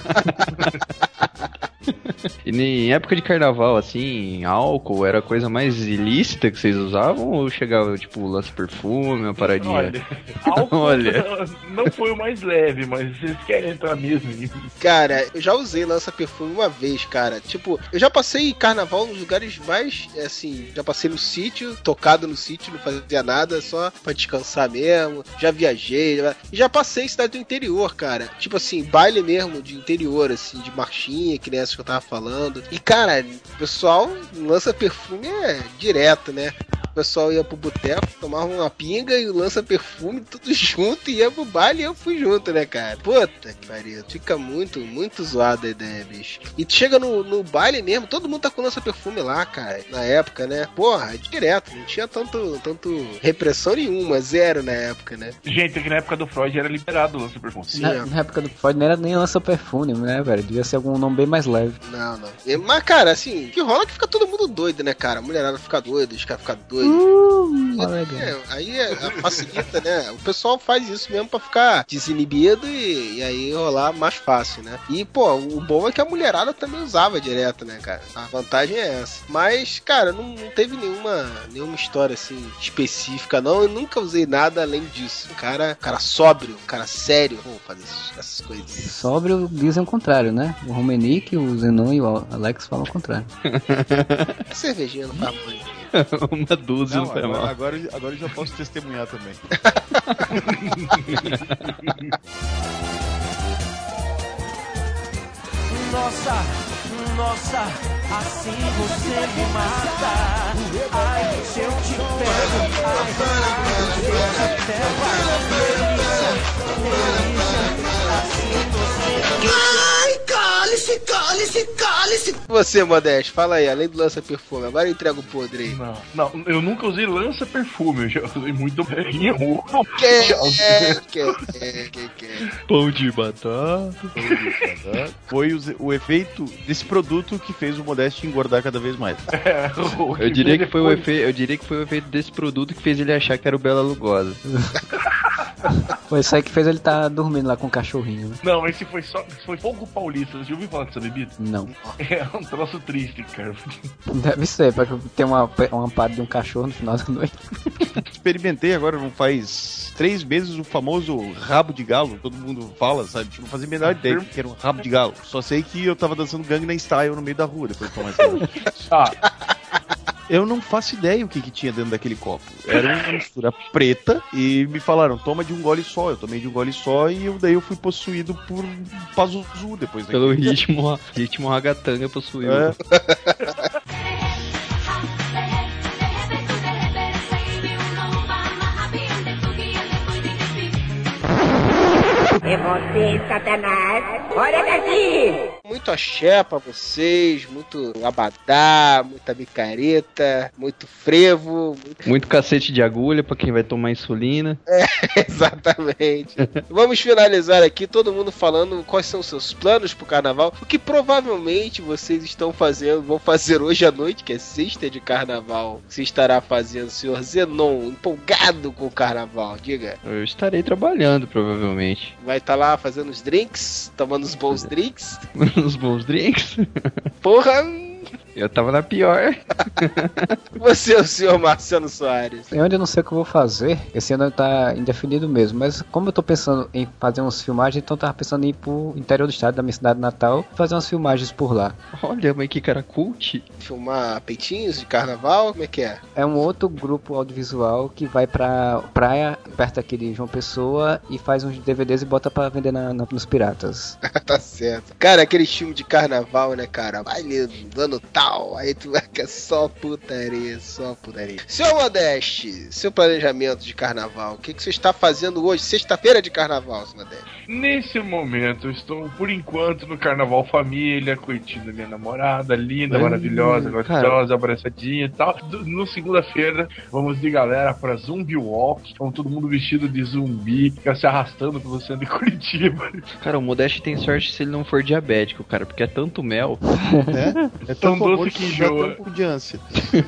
E em época de carnaval, assim, álcool era a coisa mais ilícita que vocês usavam? Ou chegava, tipo, lança-perfume, uma paradinha? Olha, álcool Olha. não foi o mais leve, mas vocês querem entrar mesmo nisso? Cara, eu já usei lança-perfume uma vez, cara. Tipo, eu já passei carnaval nos lugares mais, assim, já passei no sítio, tocado no sítio, não fazia nada, só pra descansar mesmo. Já viajei, já, já passei em cidade do interior, cara. Tipo assim, baile mesmo de interior, assim, de marchinha, que nem essa que eu tava falando. E, cara, o pessoal lança perfume é direto, né? O pessoal ia pro boteco, tomava uma pinga e lança perfume tudo junto, ia pro baile e eu fui junto, né, cara? Puta que pariu, fica muito, muito zoada a ideia, bicho. E tu chega no, no baile mesmo, todo mundo tá com lança perfume lá, cara, na época, né? Porra, é direto, não tinha tanto, tanto repressão nenhuma, zero na época, né? Gente, que na época do Freud era liberado o lança perfume. Na, na época do Freud não era nem lança perfume, né, velho? Devia ser algum nome bem mais leve. Não, não. Mas, cara, assim, o que rola é que fica todo mundo doido, né, cara? A mulherada fica doida, os caras ficam doidos. Uh, é, aí é, facilita, né? O pessoal faz isso mesmo pra ficar desinibido e, e aí rolar mais fácil, né? E, pô, o bom é que a mulherada também usava direto, né, cara? A vantagem é essa. Mas, cara, não, não teve nenhuma, nenhuma história, assim, específica, não. Eu nunca usei nada além disso. Um cara, cara sóbrio, um cara sério, vou fazer essas coisas. Sóbrio dizem o contrário, né? O Romenick, o Zenon e o Alex falam o contrário. A cervejinha não faz muito. Uma dúzia não, não agora, agora, agora eu já posso testemunhar também. Nossa, nossa, assim você me mata. Ai, se eu te pego, ai, ai, se eu te pego, delícia, delícia, assim você me Ai, cale-se, cale-se, cale-se. Você, Modesto, fala aí, além do lança-perfume, agora entrega o podre aí. Não, não, eu nunca usei lança-perfume, eu já usei muito berrinha. Que, que, que, que, que. Pão de batata. Pão de batata. Foi o, o efeito desse produto que fez o Modesto engordar cada vez mais. É, eu, diria que foi o efe... eu diria que foi o efeito desse produto que fez ele achar que era o Bela Lugosa. Foi isso aí que fez ele estar tá dormindo lá com o cachorrinho, né? Não, esse foi só. Foi fogo paulista. Você já ouviu falar dessa bebida? Não. É um troço triste, cara. Deve ser, pra ter uma, uma parada de um cachorro no final da noite. Experimentei agora, não faz três meses, o famoso rabo de galo. Todo mundo fala, sabe? Tipo, não fazia a menor ideia que era um rabo de galo. Só sei que eu tava dançando Gangnam Style no meio da rua depois de tomar essa. Ah. Eu não faço ideia o que, que tinha dentro daquele copo. Era uma mistura preta e me falaram, toma de um gole só. Eu tomei de um gole só e eu, daí eu fui possuído por Pazuzu depois daquele. Pelo ritmo, ritmo ragatanga possuiu. É. É você, Satanás. Olha daqui! Muito axé pra vocês, muito abadá, muita micareta, muito frevo. Muito, muito cacete de agulha pra quem vai tomar insulina. É, exatamente. Vamos finalizar aqui, todo mundo falando quais são os seus planos pro carnaval, o que provavelmente vocês estão fazendo, vão fazer hoje à noite, que é sexta de carnaval. Você estará fazendo, senhor Zenon, empolgado com o carnaval, diga. Eu estarei trabalhando, provavelmente. Vai estar lá fazendo os drinks, tomando os bons drinks. Os bons drinks? Porra! Eu tava na pior. Você é o senhor Marcelo Soares. Eu ainda não sei o que eu vou fazer. Esse ano tá indefinido mesmo. Mas como eu tô pensando em fazer umas filmagens, então eu tava pensando em ir pro interior do estado, da minha cidade natal, fazer umas filmagens por lá. Olha, mas que cara cult. Filmar peitinhos de carnaval? Como é que é? É um outro grupo audiovisual que vai pra praia, perto aqui de João Pessoa, e faz uns D V Ds e bota pra vender na, na, nos piratas. Tá certo. Cara, aquele filme de carnaval, né, cara? Baile do ano tal. Aí tu vai que é só putaria, só putaria. Seu Modeste, seu planejamento de carnaval, o que, que você está fazendo hoje? Sexta-feira de carnaval, seu Modeste. Nesse momento, eu estou, por enquanto, no Carnaval Família, curtindo a minha namorada, linda, hum, maravilhosa, gostosa, abraçadinha e tal. No segunda-feira, vamos de galera pra Zumbi Walk, com todo mundo vestido de zumbi, fica se arrastando pelo centro de Curitiba. Cara, o Modeste tem sorte se ele não for diabético, cara, porque é tanto mel. É, é tão doce que enjoa. Um de ânsia.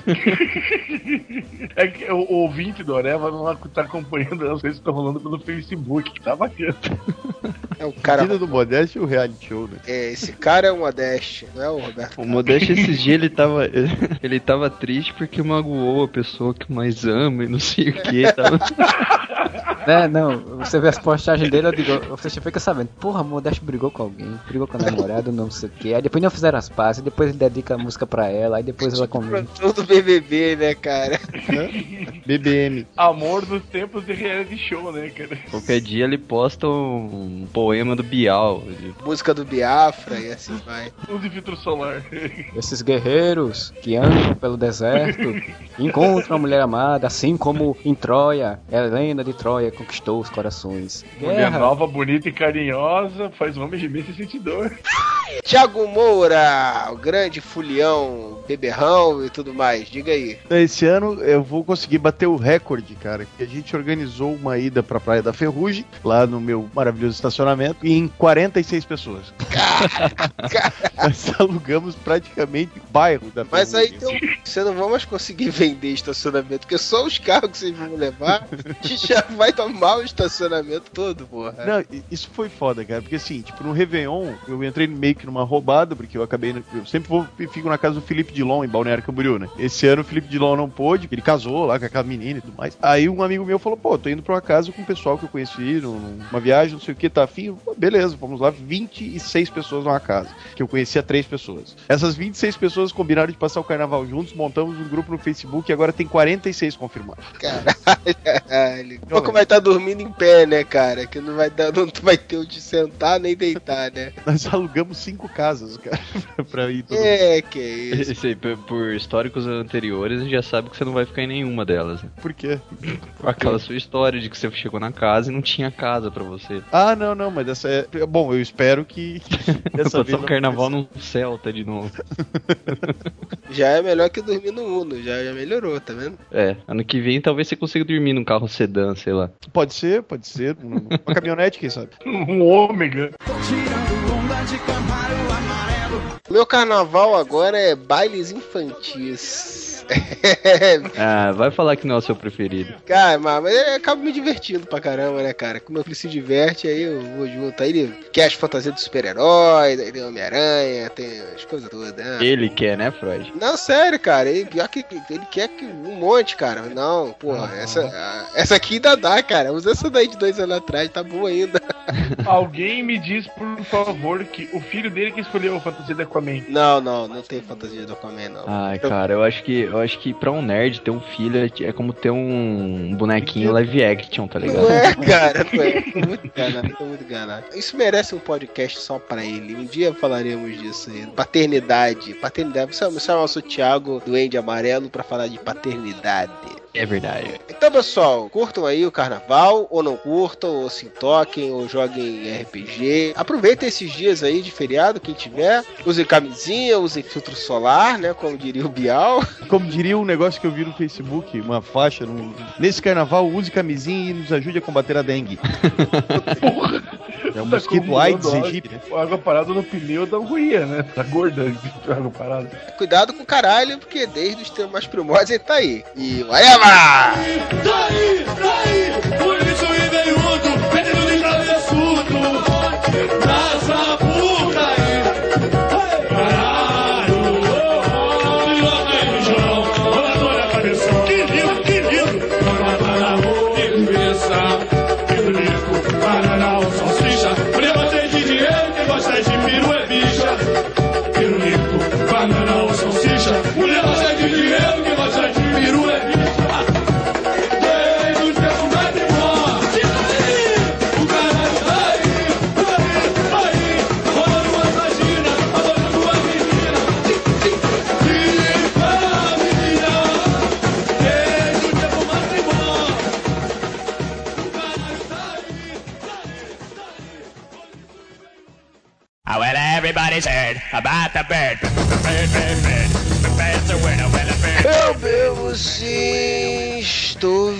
É que o, o ouvinte do Oreva não tá acompanhando as coisas que estão rolando pelo Facebook, que tá bacana. É o cara. A vida do Modeste e o reality show, né? É, esse cara é o Modeste, não é o Roberto? O Modeste esses dias ele tava. Ele, ele tava triste porque magoou a pessoa que mais ama e não sei o que. Tava... É, não, você vê as postagens dele, eu digo, você já fica sabendo, porra, o Modeste brigou com alguém, brigou com a namorada, não sei o que. Aí depois não fizeram as pazes, depois ele dedica a música pra ela, aí depois ela comenta. Todo B B B, né, cara? B B M. Amor dos tempos de reality show, né, cara? Qualquer dia ele posta um poema do Bial. Música do Biafra e assim vai. Use filtro solar. Esses guerreiros que andam pelo deserto encontram a mulher amada, assim como em Troia, Helena de Troia conquistou os corações. Mulher nova, bonita e carinhosa, faz o homem gemer sem sentir dor. Thiago Moura, o grande fulião, beberrão e tudo mais, diga aí. Esse ano eu vou conseguir bater o recorde, cara, que a gente organizou uma ida pra Praia da Ferrugem, lá no meu maravilhoso estacionamento, e em quarenta e seis pessoas. Cara, nós alugamos praticamente o bairro da Ferrugem. Mas aí então, você não vai mais conseguir vender estacionamento, porque só os carros que vocês vão levar, a gente já vai tomar o estacionamento todo, porra. Não, isso foi foda, cara, porque assim, tipo, no Réveillon, eu entrei meio que numa roubada, porque eu acabei, eu sempre vou e fico na casa do Felipe Dilon, em Balneário Camboriú, né? Esse ano o Felipe Dilon não pôde, ele casou lá com aquela menina e tudo mais. Aí um amigo meu falou, pô, tô indo pra uma casa com o pessoal que eu conheci, numa viagem, não sei o que, tá afim? Beleza, vamos lá, vinte e seis pessoas numa casa, que eu conhecia três pessoas. Essas vinte e seis pessoas combinaram de passar o carnaval juntos, montamos um grupo no Facebook e agora tem quarenta e seis confirmados. Caralho. Pô, como vai estar dormindo em pé, né, cara? Que não vai, dar, não vai ter onde sentar nem deitar, né? Nós alugamos cinco casas, cara, pra ir todo É, que isso. Esse aí, por, por históricos anteriores, a gente já sabe que você não vai ficar em nenhuma delas. Né? Por quê? Por aquela sua história de que você chegou na casa e não tinha casa pra você. Ah, não, não, mas essa é... Bom, eu espero que... Dessa vez um carnaval num Celta de novo. Já é melhor que dormir no Uno, já, já melhorou, tá vendo? É, ano que vem talvez você consiga dormir num carro sedã, sei lá. Pode ser, pode ser. Uma caminhonete, quem sabe? Um ômega. Meu carnaval agora é bailes infantis. Ah, vai falar que não é o seu preferido. Cara, mas, mas eu acabo me divertindo pra caramba, né, cara? Como meu filho se diverte, aí eu vou junto. Aí ele quer as fantasias dos super-heróis, aí tem Homem-Aranha, tem as coisas todas, né? Ele quer, né, Freud? Não, sério, cara. Ele, pior que ele quer que um monte, cara. Não, porra, uhum. essa, essa aqui ainda dá, cara. Usa essa daí de dois anos atrás, tá boa ainda. Alguém me diz, por favor, que o filho dele que escolheu a fantasia do Aquaman. Não, não, não tem fantasia do Aquaman, não. Ai, cara, eu acho que eu acho que pra um nerd ter um filho é como ter um bonequinho live action, tá ligado? Não é, cara, não é. Tô muito enganado, tô muito enganado. Isso merece um podcast só pra ele. Um dia falaremos disso aí. Paternidade. Paternidade. Vamos chamar o nosso Thiago Duende Amarelo pra falar de paternidade. É verdade. Então, pessoal, curtam aí o carnaval, ou não curtam, ou se toquem, ou joguem R P G. Aproveitem esses dias aí de feriado, quem tiver. Usem camisinha, usem filtro solar, né? Como diria o Bial. Como diria um negócio que eu vi no Facebook, uma faixa. No... Nesse carnaval, use camisinha e nos ajude a combater a dengue. Porra! É um mosquito Aedes aegypti, né? Água parada no pneu da ruim, né? Tá gorda água parada. Cuidado com o caralho, porque desde os tempos mais primórdios ele tá aí. E whatever! Daí, daí, por isso e veiudo, pedindo de cabeçudo, nessa puta aí. Caralho, pilota e mijão, rolador a cabeção. Que lindo, que lindo. Banana, linguiça, pirulito, banana, salsicha. Levantei de dinheiro, quem gosta de peru é bicha. Pirulito, banana, salsicha. Mulher gosta de dinheiro, quem gosta de peru é bicha. Well, everybody's heard about the bird. Bird, bird, bird. The bird's a winner. Well, a bird. Eu bebo sim, estou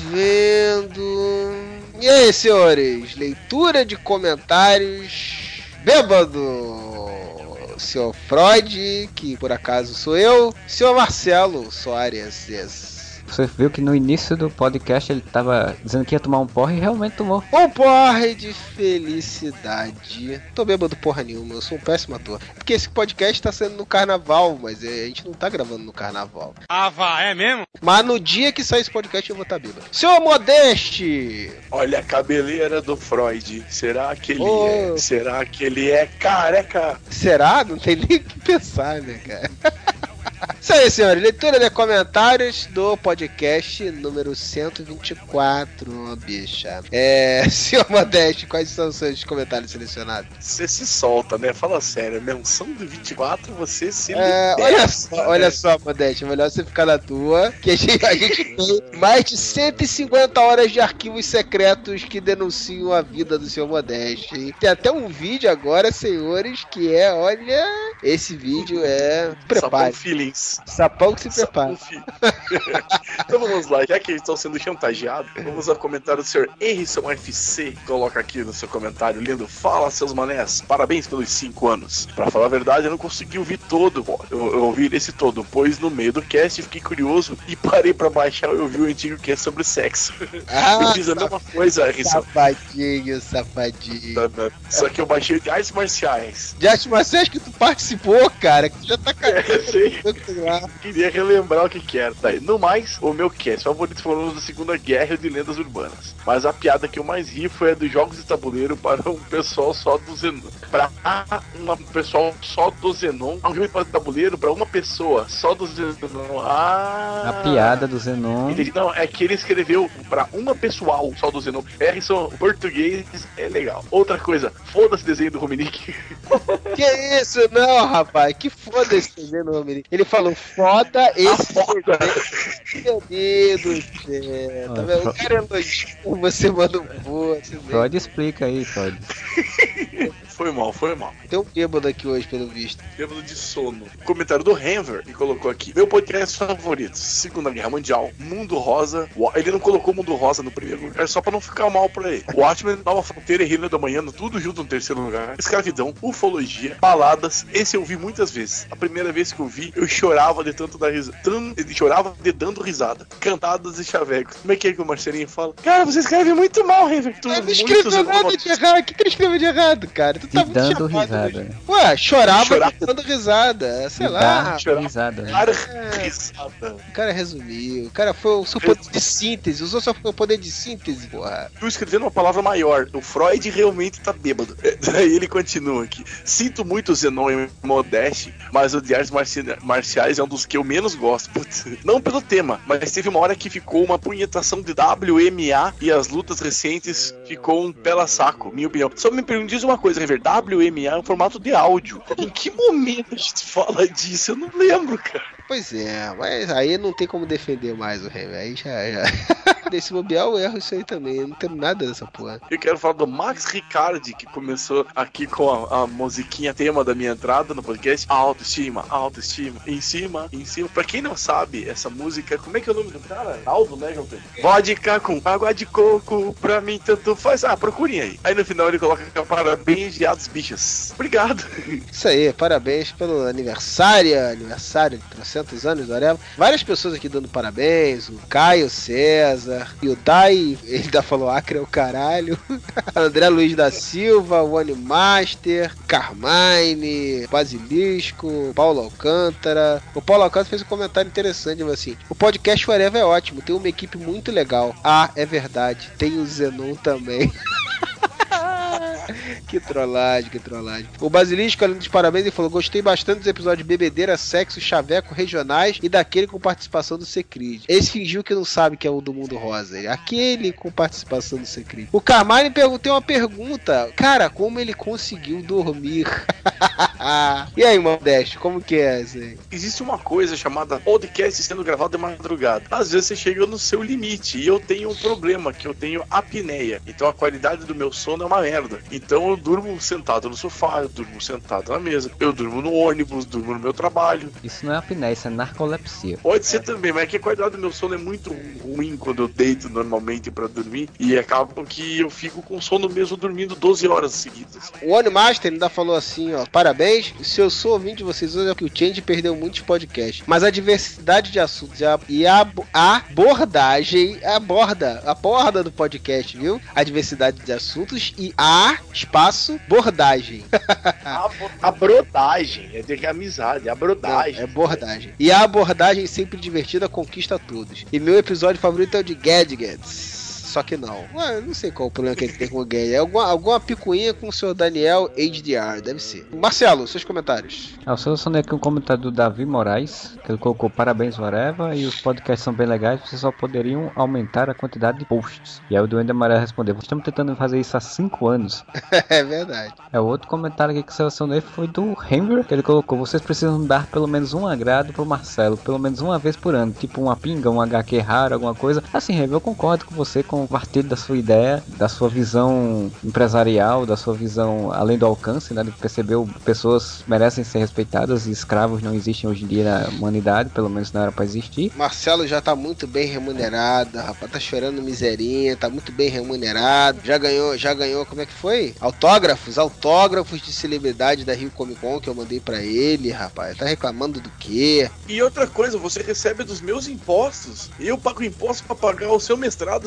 vivendo. E aí, senhores? Leitura de comentários bêbado. Senhor Freud, que por acaso sou eu. Senhor Marcelo Soares, yes. Você viu que no início do podcast ele tava dizendo que ia tomar um porre e realmente tomou. Um porre de felicidade. Tô bêbado porra nenhuma, eu sou um péssimo ator. Porque esse podcast tá sendo no carnaval, mas a gente não tá gravando no carnaval. Ah, vá, é mesmo? Mas no dia que sair esse podcast eu vou estar bêbado. Senhor Modeste! Olha a cabeleira do Freud. Será que ele Oh. é? Será que ele é careca? Será? Não tem nem o que pensar, né, cara? Isso aí, senhores. Leitura de comentários do podcast número cento e vinte e quatro, bicha. É, senhor Modeste, quais são os seus comentários selecionados? Você se solta, né? Fala sério. Menção do vinte e quatro, você se É, libera, olha só, né? olha só, Modeste, é melhor você ficar na tua, que a gente, a gente tem mais de cento e cinquenta horas de arquivos secretos que denunciam a vida do senhor Modeste. E tem até um vídeo agora, senhores, que é, olha, esse vídeo é... Prepare. Sapão Feelings. Sapão que se prepara. Então vamos lá, já que eles estão sendo chantageados, vamos ao comentário do senhor Erison F C. Coloca aqui no seu comentário lindo. Fala, seus manés, parabéns pelos cinco anos. Pra falar a verdade, eu não consegui ouvir todo, ó. Eu, eu ouvi esse todo, pois no meio do cast fiquei curioso e parei pra baixar e ouvir o antigo cast sobre sexo. Ah, eu fiz a mesma coisa, Erison. Safadinho, safadinho. Só que eu baixei de artes marciais. De artes marciais que tu participou, cara, que tu já tá cagando. É, sim. Queria relembrar o que que era. Daí, no mais, o, O meu cast favorito foram os da Segunda Guerra e de lendas urbanas. Mas a piada que eu mais ri foi a dos jogos de tabuleiro para um pessoal só do Zenon. Para um pessoal só do Zenon. Um jogo de tabuleiro para uma pessoa só do Zenon. Ah. A piada do Zenon. Entendi. Não, é que ele escreveu para uma pessoal só do Zenon. Harrison, português é legal. Outra coisa, foda-se desenho do Rominick. Que isso? Não, rapaz. Que foda esse desenho do Rominick. Ele falou, foda esse desenho. Meu Deus do céu. Tá vendo? O cara elogia, você manda um boa. Freud explica aí, Freud. Foi mal, foi mal. Tem um bêbado aqui hoje, pelo visto. Bêbado de sono. Comentário do Henver, que colocou aqui. Meu podcast favorito, Segunda Guerra Mundial, Mundo Rosa. Ele não colocou Mundo Rosa no primeiro lugar, só pra não ficar mal pra ele. Watchmen, Nova Fronteira e Reino da Manhã, tudo junto no terceiro lugar. Escravidão, ufologia, baladas. Esse eu vi muitas vezes. A primeira vez que eu vi, eu chorava de tanto dar risada. Chorava de dando risada. Cantadas e chavecos. Como é que é que o Marcelinho fala? Cara, você escreve muito mal, Henver. Tu não escreveu nada de errado. O que ele escreveu de errado, cara? Tu tá muito dando risada. Hoje. Ué, chorava, chorava. dando risada. Sei e lá. Chorava. Risada. Cara, é. risada. O cara resumiu. O cara foi o seu poder de síntese. Usou seu poder de síntese, porra. Tu escrevendo uma palavra maior. O Freud realmente tá bêbado. Daí ele continua aqui. Sinto muito o Zenon e o Modeste, mas o de artes marci marciais é um dos que eu menos gosto. Putz. Não pelo tema, mas teve uma hora que ficou uma punhetação de W M A e as lutas recentes ficou um pela saco, minha opinião. Só me pergunta, diz uma coisa, Rever, W M A é um formato de áudio. Em que momento a gente fala disso? Eu não lembro, cara. Pois é, mas aí não tem como defender mais o Rever. Aí já, já. Desse bobear eu erro isso aí também. Eu não tenho nada dessa porra. Eu quero falar do Max Ricardi, que começou aqui com a, a musiquinha tema da minha entrada no podcast. Autoestima, autoestima, em cima, em cima. Pra quem não sabe, essa música, como é que é o nome do cara? Aldo, né, João? Vodka com água de coco, pra mim tanto faz. Ah, procurem aí. Aí no final ele coloca parabéns, viados bichas. Obrigado. Isso aí, parabéns pelo aniversário, aniversário de trezentos anos, whatever. Várias pessoas aqui dando parabéns, o Caio César, e o Dai, ele ainda falou Acre é o caralho, André Luiz da Silva, o Animaster, Carmine, Basilisco, Paulo Alcântara. O Paulo Alcântara fez um comentário interessante, assim, o podcast Forever é ótimo, tem uma equipe muito legal. Ah, é verdade, tem o Zenon também. Que trollagem, que trollagem. O Basilisco, além dos parabéns, ele falou: gostei bastante dos episódios de bebedeira, sexo, chaveco, regionais e daquele com participação do Secrid. Esse fingiu que não sabe que é o do Mundo Rosa. Aquele com participação do Secrid. O Carmine tem uma pergunta: cara, como ele conseguiu dormir? E aí, Modeste, como que é isso aí? Existe uma coisa chamada podcast sendo gravado de madrugada. Às vezes você chega no seu limite. E eu tenho um problema, que eu tenho apneia. Então a qualidade do meu sono é uma merda. Então eu durmo sentado no sofá, eu durmo sentado na mesa, eu durmo no ônibus, durmo no meu trabalho. Isso não é apneia, isso é narcolepsia. Pode ser também, mas é que a qualidade do meu sono é muito ruim quando eu deito normalmente pra dormir. E acaba que eu fico com sono mesmo dormindo doze horas seguidas. O Animaster ainda falou assim, ó: parabéns, se eu sou ouvinte de vocês hoje é que o Change perdeu muitos podcasts, mas a diversidade de assuntos e a, a abordagem, aborda, a borda do podcast, viu? A diversidade de assuntos e a espaço bordagem. a, a brodagem, é de amizade, a brodagem. Não, é bordagem. E a abordagem sempre divertida conquista todos. E meu episódio favorito é o de Gadgets. Só que não. Ué, não sei qual o problema que ele tem com o gay. É alguma, alguma picuinha com o senhor Daniel H D R, deve ser. Marcelo, seus comentários. Eu selecionei aqui um comentário do Davi Moraes, que ele colocou parabéns, whatever, e os podcasts são bem legais, vocês só poderiam aumentar a quantidade de posts. E aí o Duende Amarelo respondeu: estamos tentando fazer isso há cinco anos. É verdade. É, o outro comentário aqui que eu selecionei foi do Henver, que ele colocou: vocês precisam dar pelo menos um agrado pro Marcelo, pelo menos uma vez por ano, tipo uma pinga, um H Q raro, alguma coisa. Assim, Henver, eu concordo com você, com o partilho da sua ideia, da sua visão empresarial, da sua visão além do alcance, né, de perceber que pessoas merecem ser respeitadas e escravos não existem hoje em dia na humanidade, pelo menos não era pra existir. Marcelo já tá muito bem remunerado, rapaz, tá chorando miserinha, tá muito bem remunerado, já ganhou, já ganhou, como é que foi? Autógrafos, autógrafos de celebridade da Rio Comic Con que eu mandei pra ele, rapaz, tá reclamando do quê? E outra coisa, você recebe dos meus impostos, eu pago imposto pra pagar o seu mestrado, você quer o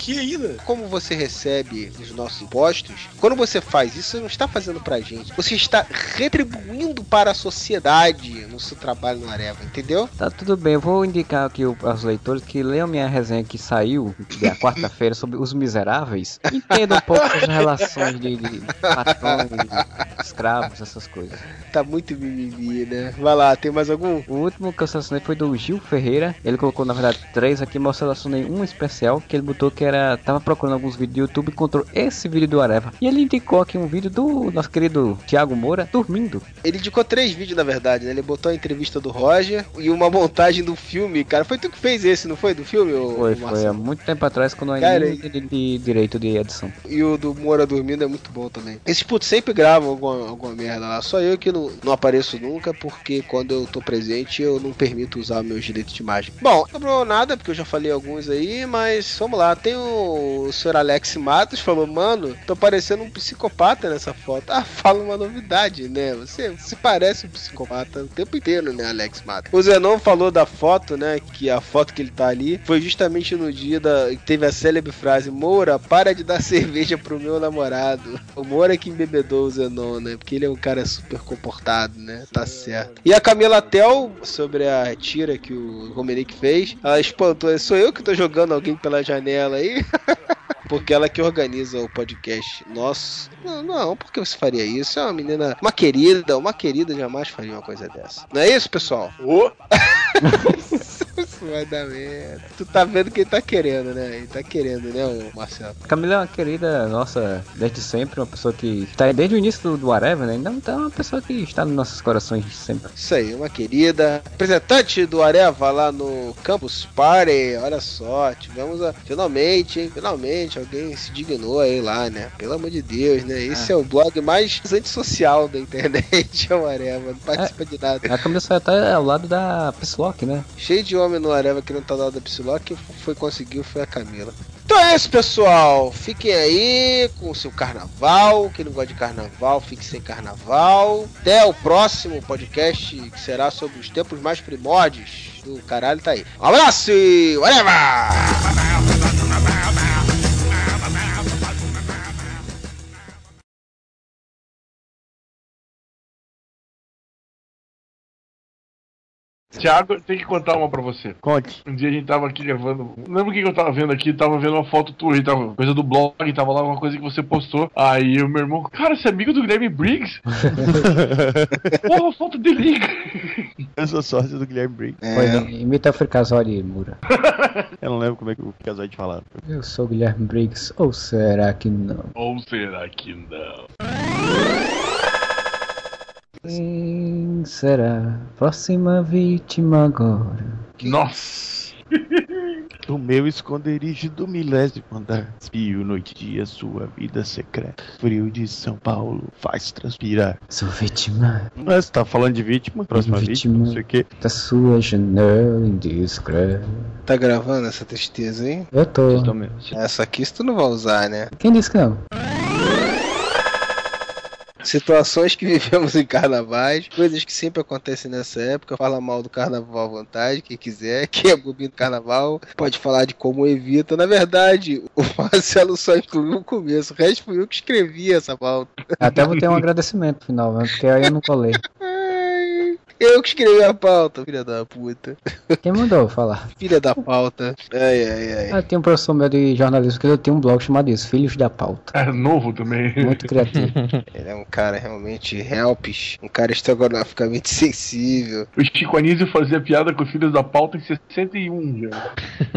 aqui ainda. Como você recebe os nossos impostos, quando você faz isso, você não está fazendo pra gente. Você está retribuindo para a sociedade no seu trabalho no Areva, entendeu? Tá tudo bem, eu vou indicar aqui aos leitores que leiam minha resenha que saiu na quarta-feira sobre Os Miseráveis. Entendam um pouco as relações de, de patrões, de escravos, essas coisas. Tá muito mimimi, né? Vai lá, tem mais algum? O último que eu selecionei foi do Gil Ferreira. Ele colocou, na verdade, três aqui, mas eu selecionei um especial que ele botou que era... Tava procurando alguns vídeos do YouTube e encontrou esse vídeo do Areva. E ele indicou aqui um vídeo do nosso querido Thiago Moura dormindo. Ele indicou três vídeos, na verdade, né? Ele botou a entrevista do Roger e uma montagem do filme, cara. Foi tu que fez esse, não foi? Do filme? Ou, foi, foi há muito tempo atrás, quando eu ainda cara, não entendi de direito de edição. E o do Moura dormindo é muito bom também. Esses putos sempre gravam alguma, alguma merda lá. Só eu que não, não apareço nunca, porque quando eu tô presente eu não permito usar meus direitos de imagem. Bom, não sobrou nada, porque eu já falei alguns aí, mas vamos lá. Tem o, o senhor Alex Matos, falou, mano, tô parecendo um psicopata nessa foto. Ah, fala uma novidade, né? Você se parece um psicopata o tempo inteiro, né, Alex Matos? O Zenon falou da foto, né, que a foto que ele tá ali foi justamente no dia da... Teve a célebre frase, Moura, para de dar cerveja pro meu namorado. O Moura que embebedou o Zenon, né? Porque ele é um cara super comportado, né? Tá certo. E a Camila Tel, sobre a tira que o Romerick fez, ela espantou, sou eu que tô jogando alguém pela janela aí? Porque ela que organiza o podcast nosso. Não, não, por que você faria isso? É uma menina, uma querida, uma querida jamais faria uma coisa dessa. Não é isso, pessoal? Ô! Isso vai dar merda. Tu tá vendo que ele tá querendo, né? Ele tá querendo, né, o Marcelo? Camila é uma querida nossa, desde sempre, uma pessoa que tá desde o início do, do Areva, né? Então é uma pessoa que está nos nossos corações sempre. Isso aí, uma querida. Representante do Areva lá no Campus Party, olha só, tivemos a... Finalmente, hein? Finalmente, alguém se dignou aí lá, né? Pelo amor de Deus, né? Esse ah. é o blog mais antissocial da internet, é o Areva, não participa é, de nada. A Camila só tá ao lado da Psylocke, né? Cheio de homem no Areva que não tá ao lado da Psylocke, quem foi conseguiu foi a Camila. Então é isso, pessoal. Fiquem aí com o seu carnaval. Quem não gosta de carnaval, fique sem carnaval. Até o próximo podcast, que será sobre os tempos mais primórdios do caralho. Tá aí. Um abraço e whatever! Thiago, tem que contar uma pra você. Conte. Um dia a gente tava aqui gravando. Não lembro o que eu tava vendo aqui. Tava vendo uma foto tua. E tava coisa do blog. Tava lá uma coisa que você postou. Aí o meu irmão, cara, você é amigo do Guilherme Briggs? Porra, a foto dele. Eu sou sócio do Guilherme Briggs. É. Imita o Fricasoli, Mura. Eu não lembro como é que o Fricasoli falava. Eu sou o Guilherme Briggs. Ou será que não? Ou será que não? Quem será a próxima vítima agora? Nossa! O meu esconderijo do milésimo andar. Espio noite e dia sua vida secreta. Frio de São Paulo faz transpirar. Sou vítima. Mas você tá falando de vítima? Próxima vítima, vítima não sei o que. Da sua janela indiscreta. Tá gravando essa tristeza, hein? Eu tô. Eu tô mesmo. Essa aqui tu não vai usar, né? Quem disse que não? Situações que vivemos em carnavais, coisas que sempre acontecem nessa época. Fala mal do carnaval à vontade, quem quiser, quem é bobinho do carnaval, pode falar de como evita. Na verdade, o Marcelo só incluiu o começo, o resto foi eu que escrevi essa pauta. Até vou ter um agradecimento no final, né? Porque aí eu não colei. Eu que escrevi a pauta, filha da puta. Quem mandou falar? Filha da pauta. Ai, ai, ai. Ah, tem um professor meu de jornalismo que eu tenho um blog chamado isso, Filhos da Pauta. É novo também. Muito criativo. Ele é um cara realmente helps, um cara estrogonoficamente sensível. O Chico Anísio fazia piada com os Filhos da Pauta em sessenta e um já.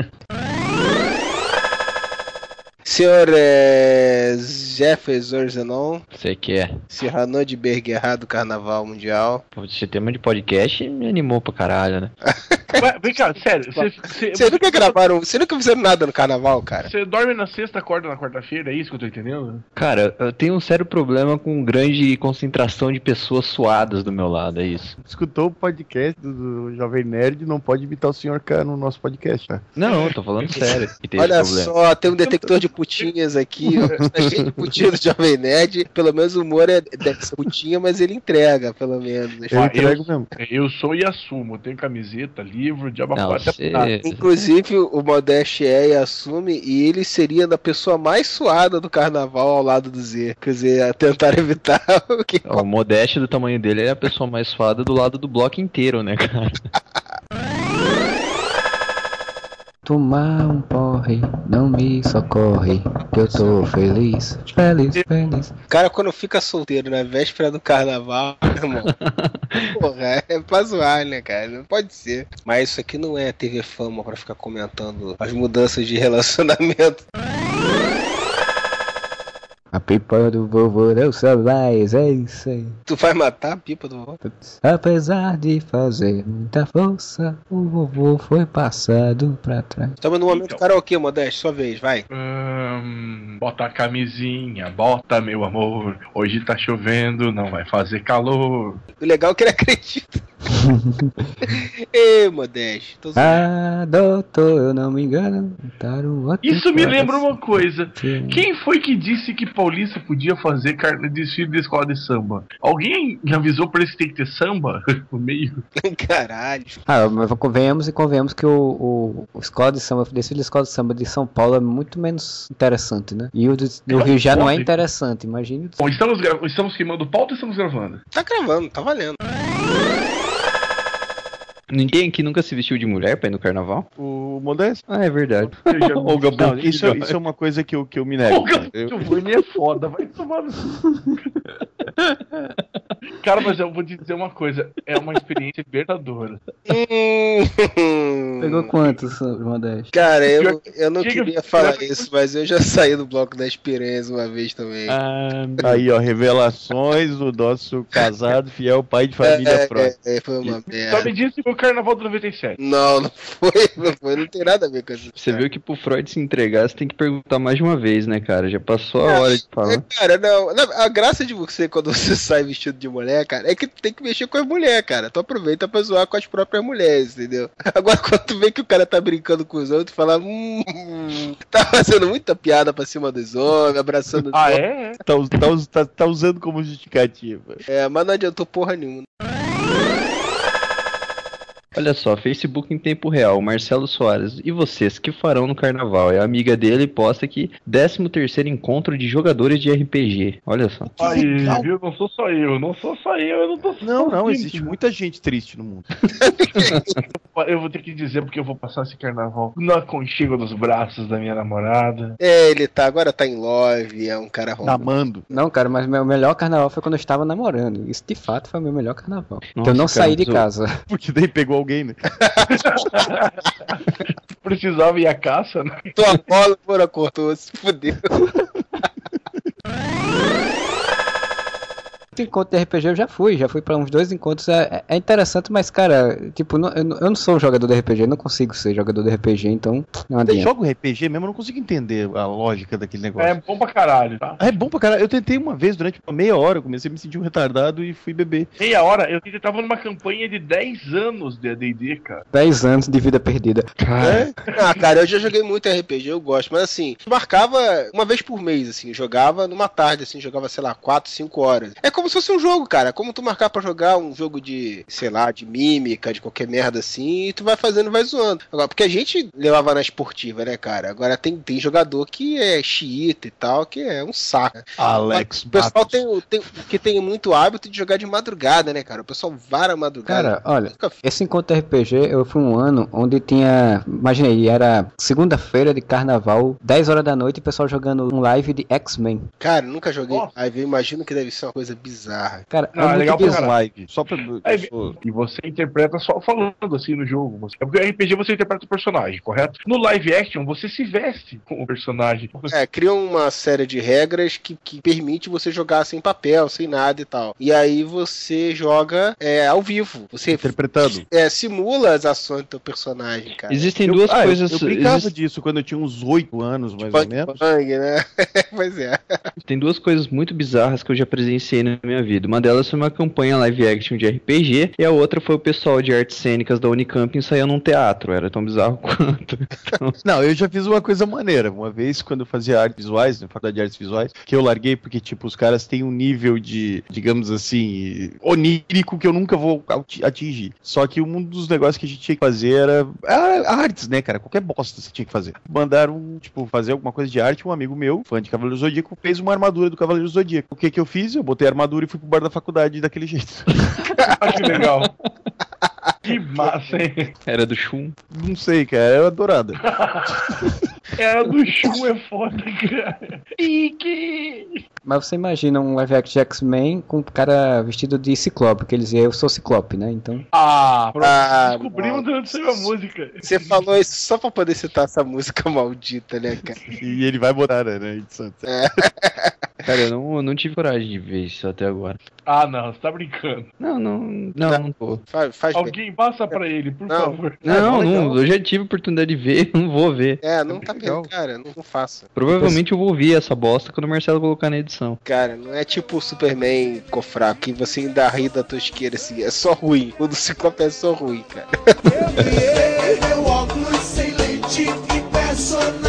Senhor é, Jefferson Zenon. Sei que é. Cyrano de Berguerra do Carnaval Mundial. Pô, esse tema de podcast me animou pra caralho, né? Mas, vem cá, sério. Você nunca gravaram, você nunca fizeram nada no carnaval, cara? Você dorme na sexta, acorda na quarta-feira, é isso que eu tô entendendo? Cara, eu tenho um sério problema com grande concentração de pessoas suadas do meu lado, é isso. Escutou o podcast do, do Jovem Nerd, não pode imitar o senhor K no nosso podcast, né? Não, eu tô falando sério. Olha só, tem um detector de putinhas aqui, tá cheio de putinha do Jovem Nerd. Pelo menos o humor é dessa putinha, mas ele entrega, pelo menos. Eu, eu, eu sou e assumo. Tenho camiseta, livro, diabo quatro. Inclusive, o Modeste é e assume, e ele seria da pessoa mais suada do carnaval ao lado do Z. Quer dizer, a tentar evitar o que. O Modeste do tamanho dele é a pessoa mais suada do lado do bloco inteiro, né, cara? Tomar um porre, não me socorre, que eu tô feliz, feliz, feliz. O cara, quando fica solteiro na véspera do carnaval, irmão, porra, é pra zoar, né, cara? Não pode ser. Mas isso aqui não é T V Fama pra ficar comentando as mudanças de relacionamento. A pipa do vovô não sabe mais, é isso aí. Tu vai matar a pipa do vovô? Apesar de fazer muita força, o vovô foi passado pra trás. Estamos no momento karaokê, Modeste, sua vez, vai. Hum, bota a camisinha, bota meu amor. Hoje tá chovendo, não vai fazer calor. O legal é que ele acredita. Ei, Modeste. Tô ah, doutor, eu não me engano. Isso me lembra uma coisa. Quem foi que disse que Paulista podia fazer carne desfile de escola de samba? Alguém avisou pra eles que tem que ter samba no meio? Caralho. Ah, mas convenhamos e convenhamos que o, o, o escola de samba, desfile de escola de samba de São Paulo é muito menos interessante, né? E o do, do Rio já não é interessante, imagine. Bom, estamos, estamos queimando pauta ou estamos gravando? Tá gravando, tá valendo. Ninguém aqui nunca se vestiu de mulher pra ir no carnaval? O Modesto? Ah, é verdade. Olga Não, isso, isso é uma coisa que eu, que eu me nego. Olga Boni é foda, vai tomar no cu. Cara, mas eu vou te dizer uma coisa, é uma experiência libertadora. Pegou quantos, Modesto? Cara, eu, eu não queria falar isso, mas eu já saí do bloco da experiência uma vez também. Ah, aí, ó, revelações do nosso casado, fiel pai de família é, Freud. É, é, foi uma merda. Só me disse que o carnaval do noventa e sete. Não, não foi, não foi, não tem nada a ver com isso. Você viu que pro Freud se entregar, você tem que perguntar mais de uma vez, né, cara? Já passou a é, hora de falar. É, cara, não, a graça de você, quando você sai vestido de mulher, cara, é que tem que mexer com as mulheres, cara. Tu aproveita pra zoar com as próprias mulheres, entendeu? Agora, quando tu vê que o cara tá brincando com os outros, tu fala, hum, tá fazendo muita piada pra cima dos homens, abraçando os ah, homens. É? Tá, tá, tá usando como justificativa. É, mas não adiantou porra nenhuma. Olha só, Facebook em tempo real, Marcelo Soares. E vocês, que farão no carnaval? É a amiga dele posta aqui, décimo terceiro encontro de jogadores de R P G. Olha só. Aí, viu? Não sou só eu, não sou só eu, eu não tô só Não, não, existe muita gente triste no mundo. Eu vou ter que dizer porque eu vou passar esse carnaval no aconchego dos braços da minha namorada. É, ele tá, agora tá em love, é um cara romântico. Namando. Não, cara, mas meu melhor carnaval foi quando eu estava namorando. Isso de fato foi o meu melhor carnaval. Nossa, Porque eu não cara, saí de eu... casa. Porque daí pegou alguém, né? Precisava ir à caça, né? Tua bola fora cortou, se fudeu. Encontro de R P G eu já fui, já fui pra uns dois encontros, é, é interessante, mas cara, tipo, não, eu, eu não sou um jogador de R P G, eu não consigo ser jogador de R P G, então não adianta. Você joga R P G mesmo, eu não consigo entender a lógica daquele negócio. É bom pra caralho, tá? É bom pra caralho, eu tentei uma vez durante uma meia hora, eu comecei a me sentir um retardado e fui beber. Meia hora? Eu tava numa campanha de dez anos de A D e D, cara. dez anos de vida perdida. É? Ah, cara, eu já joguei muito R P G, eu gosto, mas assim, marcava uma vez por mês, assim, jogava numa tarde, assim, jogava, sei lá, quatro, cinco horas. É como se fosse um jogo, cara. Como tu marcar pra jogar um jogo de, sei lá, de mímica, de qualquer merda assim, e tu vai fazendo e vai zoando. Agora, porque a gente levava na esportiva, né, cara? Agora tem, tem jogador que é xiita e tal, que é um saco. Alex, o pessoal tem, tem, que tem muito hábito de jogar de madrugada, né, cara? O pessoal vara a madrugada. Cara, olha, esse encontro R P G, eu fui um ano onde tinha, imaginei, era segunda-feira de carnaval, dez horas da noite, e o pessoal jogando um live de X-Men. Cara, nunca joguei live, eu imagino que deve ser uma coisa bizarra. Cara, não, é, é legal pra live. Só pra... É, e você interpreta só falando assim no jogo. Você... É porque no R P G você interpreta o personagem, correto? No live action você se veste com o personagem. É, criam uma série de regras que, que permite você jogar sem papel, sem nada e tal. E aí você joga é, ao vivo. Você interpretando. É, simula as ações do teu personagem, cara. Existem duas eu, coisas. Ah, eu, eu brincava exist... disso quando eu tinha uns oito anos, mais Punk ou menos. Bang, né? Pois é. Tem duas coisas muito bizarras que eu já presenciei no minha vida. Uma delas foi uma campanha live action de R P G e a outra foi o pessoal de artes cênicas da Unicamp ensaiando um teatro. Era tão bizarro quanto. Então... Não, eu já fiz uma coisa maneira. Uma vez, quando eu fazia artes visuais, na faculdade de artes visuais, que eu larguei porque, tipo, os caras têm um nível de, digamos assim, onírico que eu nunca vou atingir. Só que um dos negócios que a gente tinha que fazer era, era artes, né, cara? Qualquer bosta você tinha que fazer. Mandaram, tipo, fazer alguma coisa de arte. Um amigo meu, fã de Cavaleiro Zodíaco, fez uma armadura do Cavaleiro Zodíaco. O que que eu fiz? Eu botei a armadura e fui pro bar da faculdade daquele jeito. Que legal. Que massa, hein? Era do Shun? Não sei, cara. Era adorada. Era do Shun, é foda, cara. Pique! Mas você imagina um live action de X-Men com um cara vestido de Ciclope, porque eles diziam, eu sou Ciclope, né? Então... Ah, pronto. Ah, Descobrimos de onde saiu a música. Você falou isso só pra poder citar essa música maldita, né, cara? E ele vai botar, né, edição. É. Cara, eu não, eu não tive coragem de ver isso até agora. Ah, não, você tá brincando. Não, não, não, não tô. Faz, faz Alguém bem. passa pra ele, por Não. favor. Não, É, não, eu já tive a oportunidade de ver, não vou ver. É, não tá bem, cara, não, não faça. Provavelmente eu vou ouvir essa bosta quando o Marcelo colocar na edição. Cara, não é tipo o Superman cofraco, que você ainda ri da tosqueira assim, é só ruim. O do Ciclope é só ruim, cara. Meu óculos sem lente e personagem.